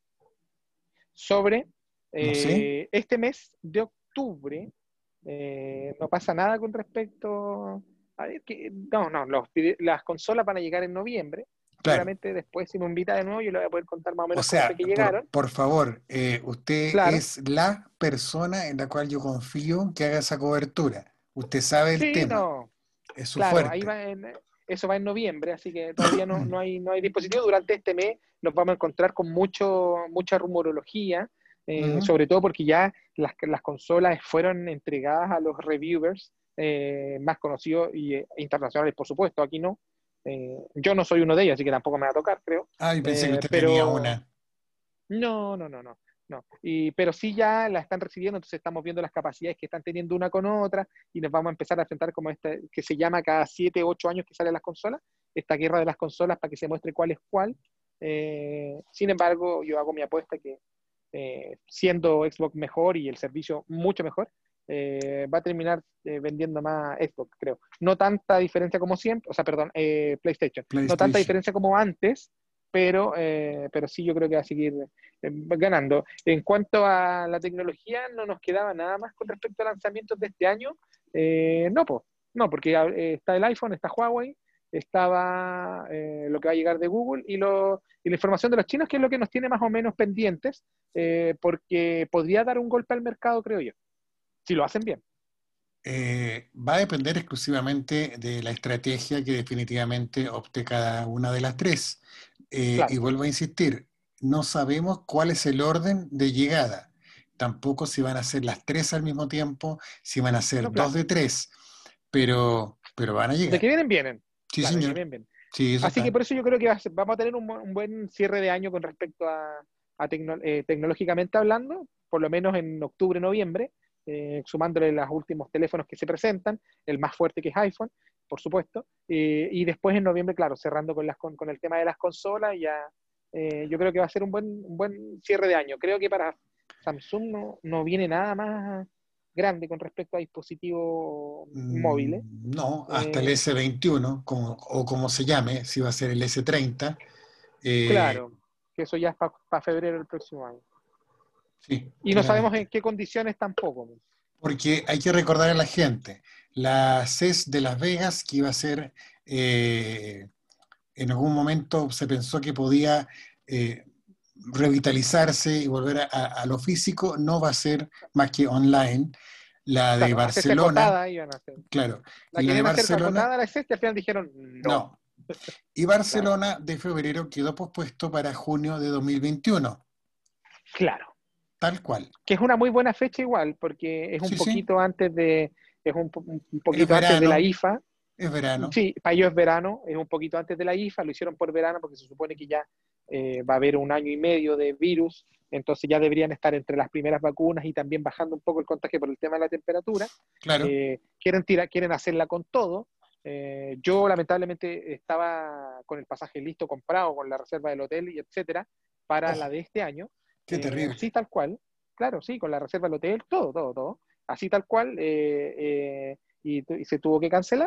sobre No sé. eh, este mes de octubre, eh, no pasa nada con respecto a ver, que, no, no, los, las consolas van a llegar en noviembre. Claro. Seguramente después, si me invita de nuevo, yo le voy a poder contar más o O menos cómo fue sea, que por, llegaron. por favor, eh, usted Claro, es la persona en la cual yo confío que haga esa cobertura. Usted sabe el sí, tema, no, es su claro, ahí fuerte. va en, eso va en noviembre, así que todavía no, no hay, no hay dispositivo. Durante este mes nos vamos a encontrar con mucho, mucha rumorología, eh, Ujú. sobre todo porque ya las, las consolas fueron entregadas a los reviewers eh, más conocidos y eh, internacionales, por supuesto, aquí no. Eh, yo no soy uno de ellos, así que tampoco me va a tocar, creo. Ay, pensé que Eh, usted tenía pero una. no, no, no, no. No. Y, pero sí ya la están recibiendo, entonces estamos viendo las capacidades que están teniendo una con otra y nos vamos a empezar a enfrentar como este, que se llama cada siete, ocho años que salen las consolas, esta guerra de las consolas para que se muestre cuál es cuál. Eh, sin embargo, yo hago mi apuesta que eh, siendo Xbox mejor y el servicio mucho mejor, eh, va a terminar eh, vendiendo más Xbox, creo. No tanta diferencia como siempre, o sea, perdón, eh, PlayStation, no tanta PlayStation. diferencia como antes, pero, eh, pero sí yo creo que va a seguir eh, ganando. En cuanto a la tecnología, no nos quedaba nada más con respecto a lanzamientos de este año. Eh, no, pues, no, porque eh, está el iPhone, está Huawei, estaba eh, lo que va a llegar de Google y, lo, y la información de los chinos, que es lo que nos tiene más o menos pendientes, eh, porque podría dar un golpe al mercado, creo yo, si lo hacen bien. Eh, va a depender exclusivamente de la estrategia que definitivamente opte cada una de las tres. Eh, y Claro, vuelvo a insistir, no sabemos cuál es el orden de llegada. Tampoco si van a ser las tres al mismo tiempo, si van a no, ser dos claro. de tres, pero, pero van a De que llegar. vienen, vienen. Sí, Claro, de que señor. vienen, vienen. Sí, eso Así que está. por eso yo creo que va a ser- vamos a tener un, bu- un buen cierre de año con respecto a, a tecno- eh, tecnológicamente hablando, por lo menos en octubre, noviembre, eh, sumándole los últimos teléfonos que se presentan, el más fuerte que es iPhone, por supuesto, eh, y después en noviembre, claro, cerrando con, las, con, con el tema de las consolas, ya eh, yo creo que va a ser un buen, un buen cierre de año. Creo que para Samsung no, no viene nada más grande con respecto a dispositivos móviles. Mm, no, hasta el Eh, S veintiuno, como, o como se llame, si va a ser el S treinta. eh, claro, que eso ya es para febrero del próximo año. sí, Y no sabemos en claramente. qué condiciones tampoco. Porque hay que recordar a la gente, la CES de Las Vegas, que iba a ser, eh, en algún momento se pensó que podía eh, revitalizarse y volver a, a- a lo físico, no va a ser más que online. La de Claro, hacerse Barcelona, acotada iban a hacer. claro, y La la de querían hacer Barcelona, acotada a la sexta y al final dijeron no. no. Y Claro, Barcelona de febrero quedó pospuesto para junio de dos mil veintiuno, claro. tal cual. Que es una muy buena fecha igual, porque es un Sí, sí, poquito antes de, es un, po- un es poquito antes de la verano, IFA. es verano, Sí, para ellos es verano, es un poquito antes de la IFA, lo hicieron por verano porque se supone que ya eh, va a haber un año y medio de virus, entonces ya deberían estar entre las primeras vacunas y también bajando un poco el contagio por el tema de la temperatura. claro. Eh, quieren, tirar, quieren hacerla con todo. Eh, yo lamentablemente estaba con el pasaje listo, comprado, con la reserva del hotel y etcétera, para la Ojo, de este año. qué Eh, así terrible. tal cual, claro, sí, con la reserva del hotel, todo, todo, todo. Así tal cual, eh, eh, y, y se tuvo que cancelar.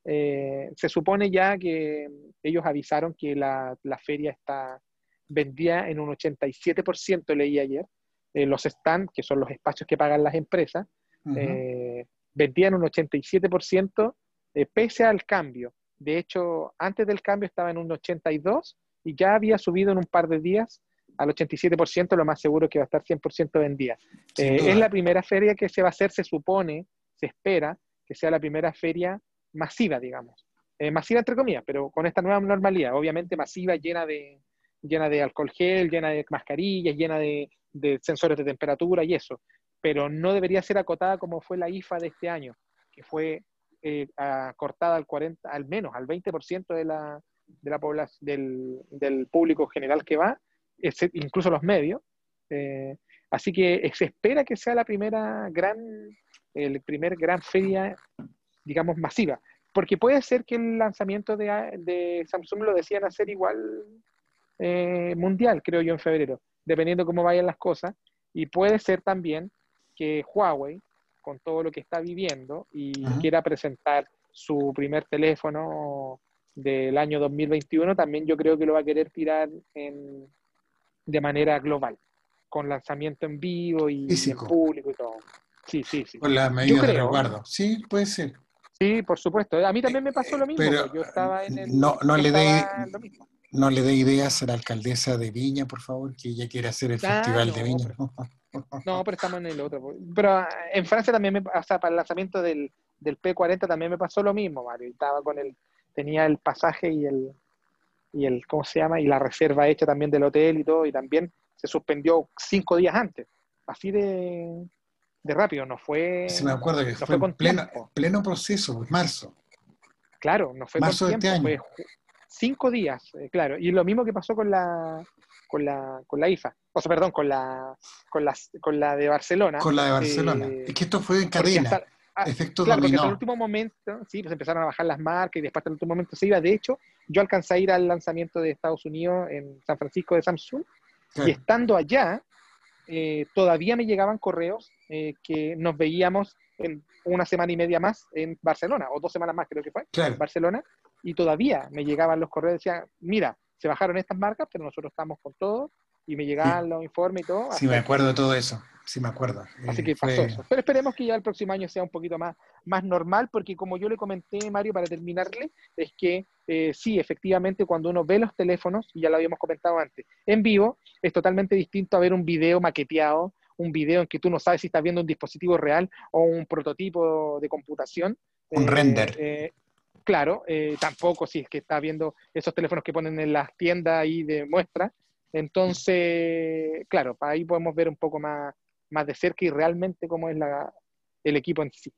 eh, se supone ya que ellos avisaron que la, la feria está vendida en un ochenta y siete por ciento, leí ayer. Eh, los stands, que son los espacios que pagan las empresas, Ujú. eh, vendían un ochenta y siete por ciento eh, pese al cambio. De hecho, antes del cambio estaba en un ochenta y dos por ciento y ya había subido en un par de días al ochenta y siete por ciento, lo más seguro que va a estar cien por ciento vendida. Sin Eh, es la duda. primera feria que se va a hacer, se supone, se espera que sea la primera feria masiva, digamos. Eh, masiva entre comillas, pero con esta nueva normalidad, obviamente masiva, llena de, llena de alcohol gel, llena de mascarillas, llena de, de sensores de temperatura y eso, pero no debería ser acotada como fue la I F A de este año, que fue eh, cortada al cuarenta, al menos al veinte por ciento de la, de la población, del, del público general que va, incluso los medios. Eh, así que se espera que sea la primera gran, el primer gran feria, digamos, masiva. Porque puede ser que el lanzamiento de, de Samsung lo decían hacer igual eh, mundial, creo yo, en febrero, dependiendo cómo vayan las cosas. Y puede ser también que Huawei, con todo lo que está viviendo y Ujú. quiera presentar su primer teléfono del año dos mil veintiuno, también yo creo que lo va a querer tirar en, de manera global, con lanzamiento en vivo y en Físico, público y todo. Sí, sí, sí. con las Yo medidas de creo, resguardo. Sí, puede ser. sí, por supuesto. A mí Eh, también me pasó eh, lo mismo, pero pues yo estaba en no, el, no yo le dé estaba en lo mismo. no le dé ideas a la alcaldesa de Viña, por favor, que ella quiere hacer el Ah, Festival de no, Viña. pero, no, pero estamos en el otro, pues. Pero ah, en Francia también me, o sea, para el lanzamiento del, del P cuarenta también me pasó lo mismo, Mario. Estaba con el, tenía el pasaje y el, y el, ¿cómo se llama? Y la reserva hecha también del hotel y todo, y también se suspendió cinco días antes. Así de, de rápido, no Sí, me fue, acuerdo que no fue fue en con pleno, tiempo. pleno proceso, pues marzo, Claro, no fue con marzo de este tiempo, año, fue ju- cinco días, eh, claro. Y lo mismo que pasó con la, con la, con la I F A, o sea, perdón, con la, con la, con la de Barcelona, con la de Barcelona. Es eh, que esto fue en porque cadena, hasta, ah, efecto claro, porque hasta el dominó. último momento, sí, pues empezaron a bajar las marcas y después hasta el último momento se iba. De hecho, yo alcancé a ir al lanzamiento de Estados Unidos en San Francisco de Samsung y Claro, estando allá, eh, todavía me llegaban correos eh, que nos veíamos en una semana y media más en Barcelona, o dos semanas más creo que fue, claro. Barcelona, y todavía me llegaban los correos, decían, mira, se bajaron estas marcas, pero nosotros estamos con todo, y me Sí, llegaban los informes y todo, sí me hasta acuerdo de que todo eso, sí me acuerdo. Así Eh, que pasó fue, eso. Pero esperemos que ya el próximo año sea un poquito más, más normal, porque como yo le comenté, Mario, para terminarle, es que eh, sí, efectivamente, cuando uno ve los teléfonos, y ya lo habíamos comentado antes, en vivo, es totalmente distinto a ver un video maqueteado, un video en que tú no sabes si estás viendo un dispositivo real o un prototipo de computación. un render. Eh, eh, claro, eh, tampoco si es que estás viendo esos teléfonos que ponen en las tiendas ahí de muestra. Entonces, claro, ahí podemos ver un poco más más de cerca y realmente cómo es la, el equipo en sí.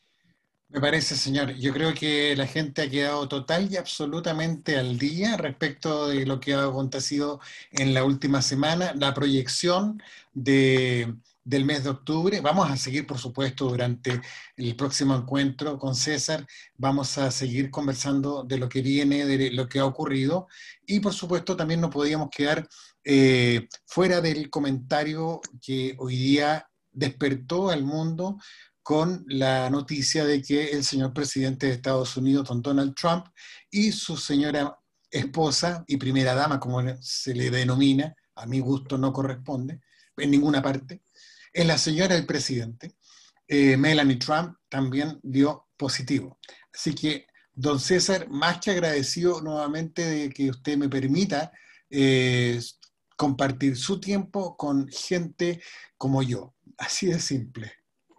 Me parece, señor. Yo creo que la gente ha quedado total y absolutamente al día respecto de lo que ha acontecido en la última semana, la proyección de, del mes de octubre. Vamos a seguir, por supuesto, durante el próximo encuentro con César. Vamos a seguir conversando de lo que viene, de lo que ha ocurrido. Y, por supuesto, también no podíamos quedar eh, fuera del comentario que hoy día despertó al mundo con la noticia de que el señor presidente de Estados Unidos, don Donald Trump, y su señora esposa y primera dama, como se le denomina, a mi gusto no corresponde, en ninguna parte, es la señora del presidente, eh, Melanie Trump, también dio positivo. Así que, don César, más que agradecido nuevamente de que usted me permita eh, compartir su tiempo con gente como yo. Así de simple.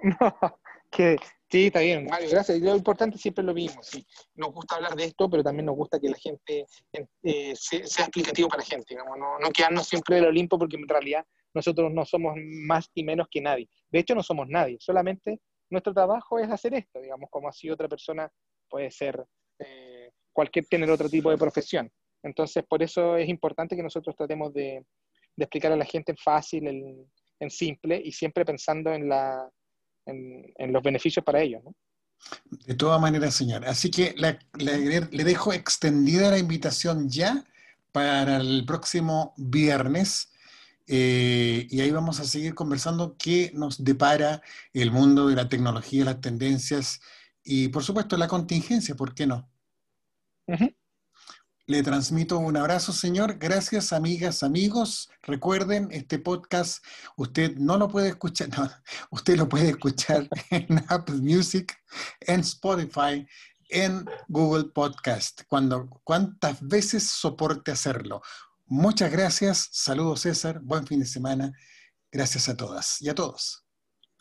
que sí, está bien, Mario, gracias. Lo importante siempre es lo mismo. Sí. Nos gusta hablar de esto, pero también nos gusta que la gente eh, sea, sea explicativo para la gente, digamos, no, no quedarnos siempre del Olimpo, porque en realidad nosotros no somos más y menos que nadie. De hecho, no somos nadie, solamente nuestro trabajo es hacer esto, digamos, como así otra persona puede ser, eh, cualquier, tener otro tipo de profesión. Entonces, por eso es importante que nosotros tratemos de, de explicar a la gente en fácil, en, en simple, y siempre pensando en la en, en los beneficios para ellos, ¿no? De todas maneras, señor. Así que la- la- le dejo extendida la invitación ya para el próximo viernes eh, y ahí vamos a seguir conversando qué nos depara el mundo de la tecnología, las tendencias y por supuesto la contingencia, ¿por qué no? Uh-huh. Le transmito un abrazo, señor. Gracias, amigas, amigos. Recuerden, este podcast usted no lo puede escuchar, no, usted lo puede escuchar en Apple Music, en Spotify, en Google Podcast, cuando, cuantas veces soporte hacerlo. Muchas gracias. Saludos, César. Buen fin de semana. Gracias a todas y a todos.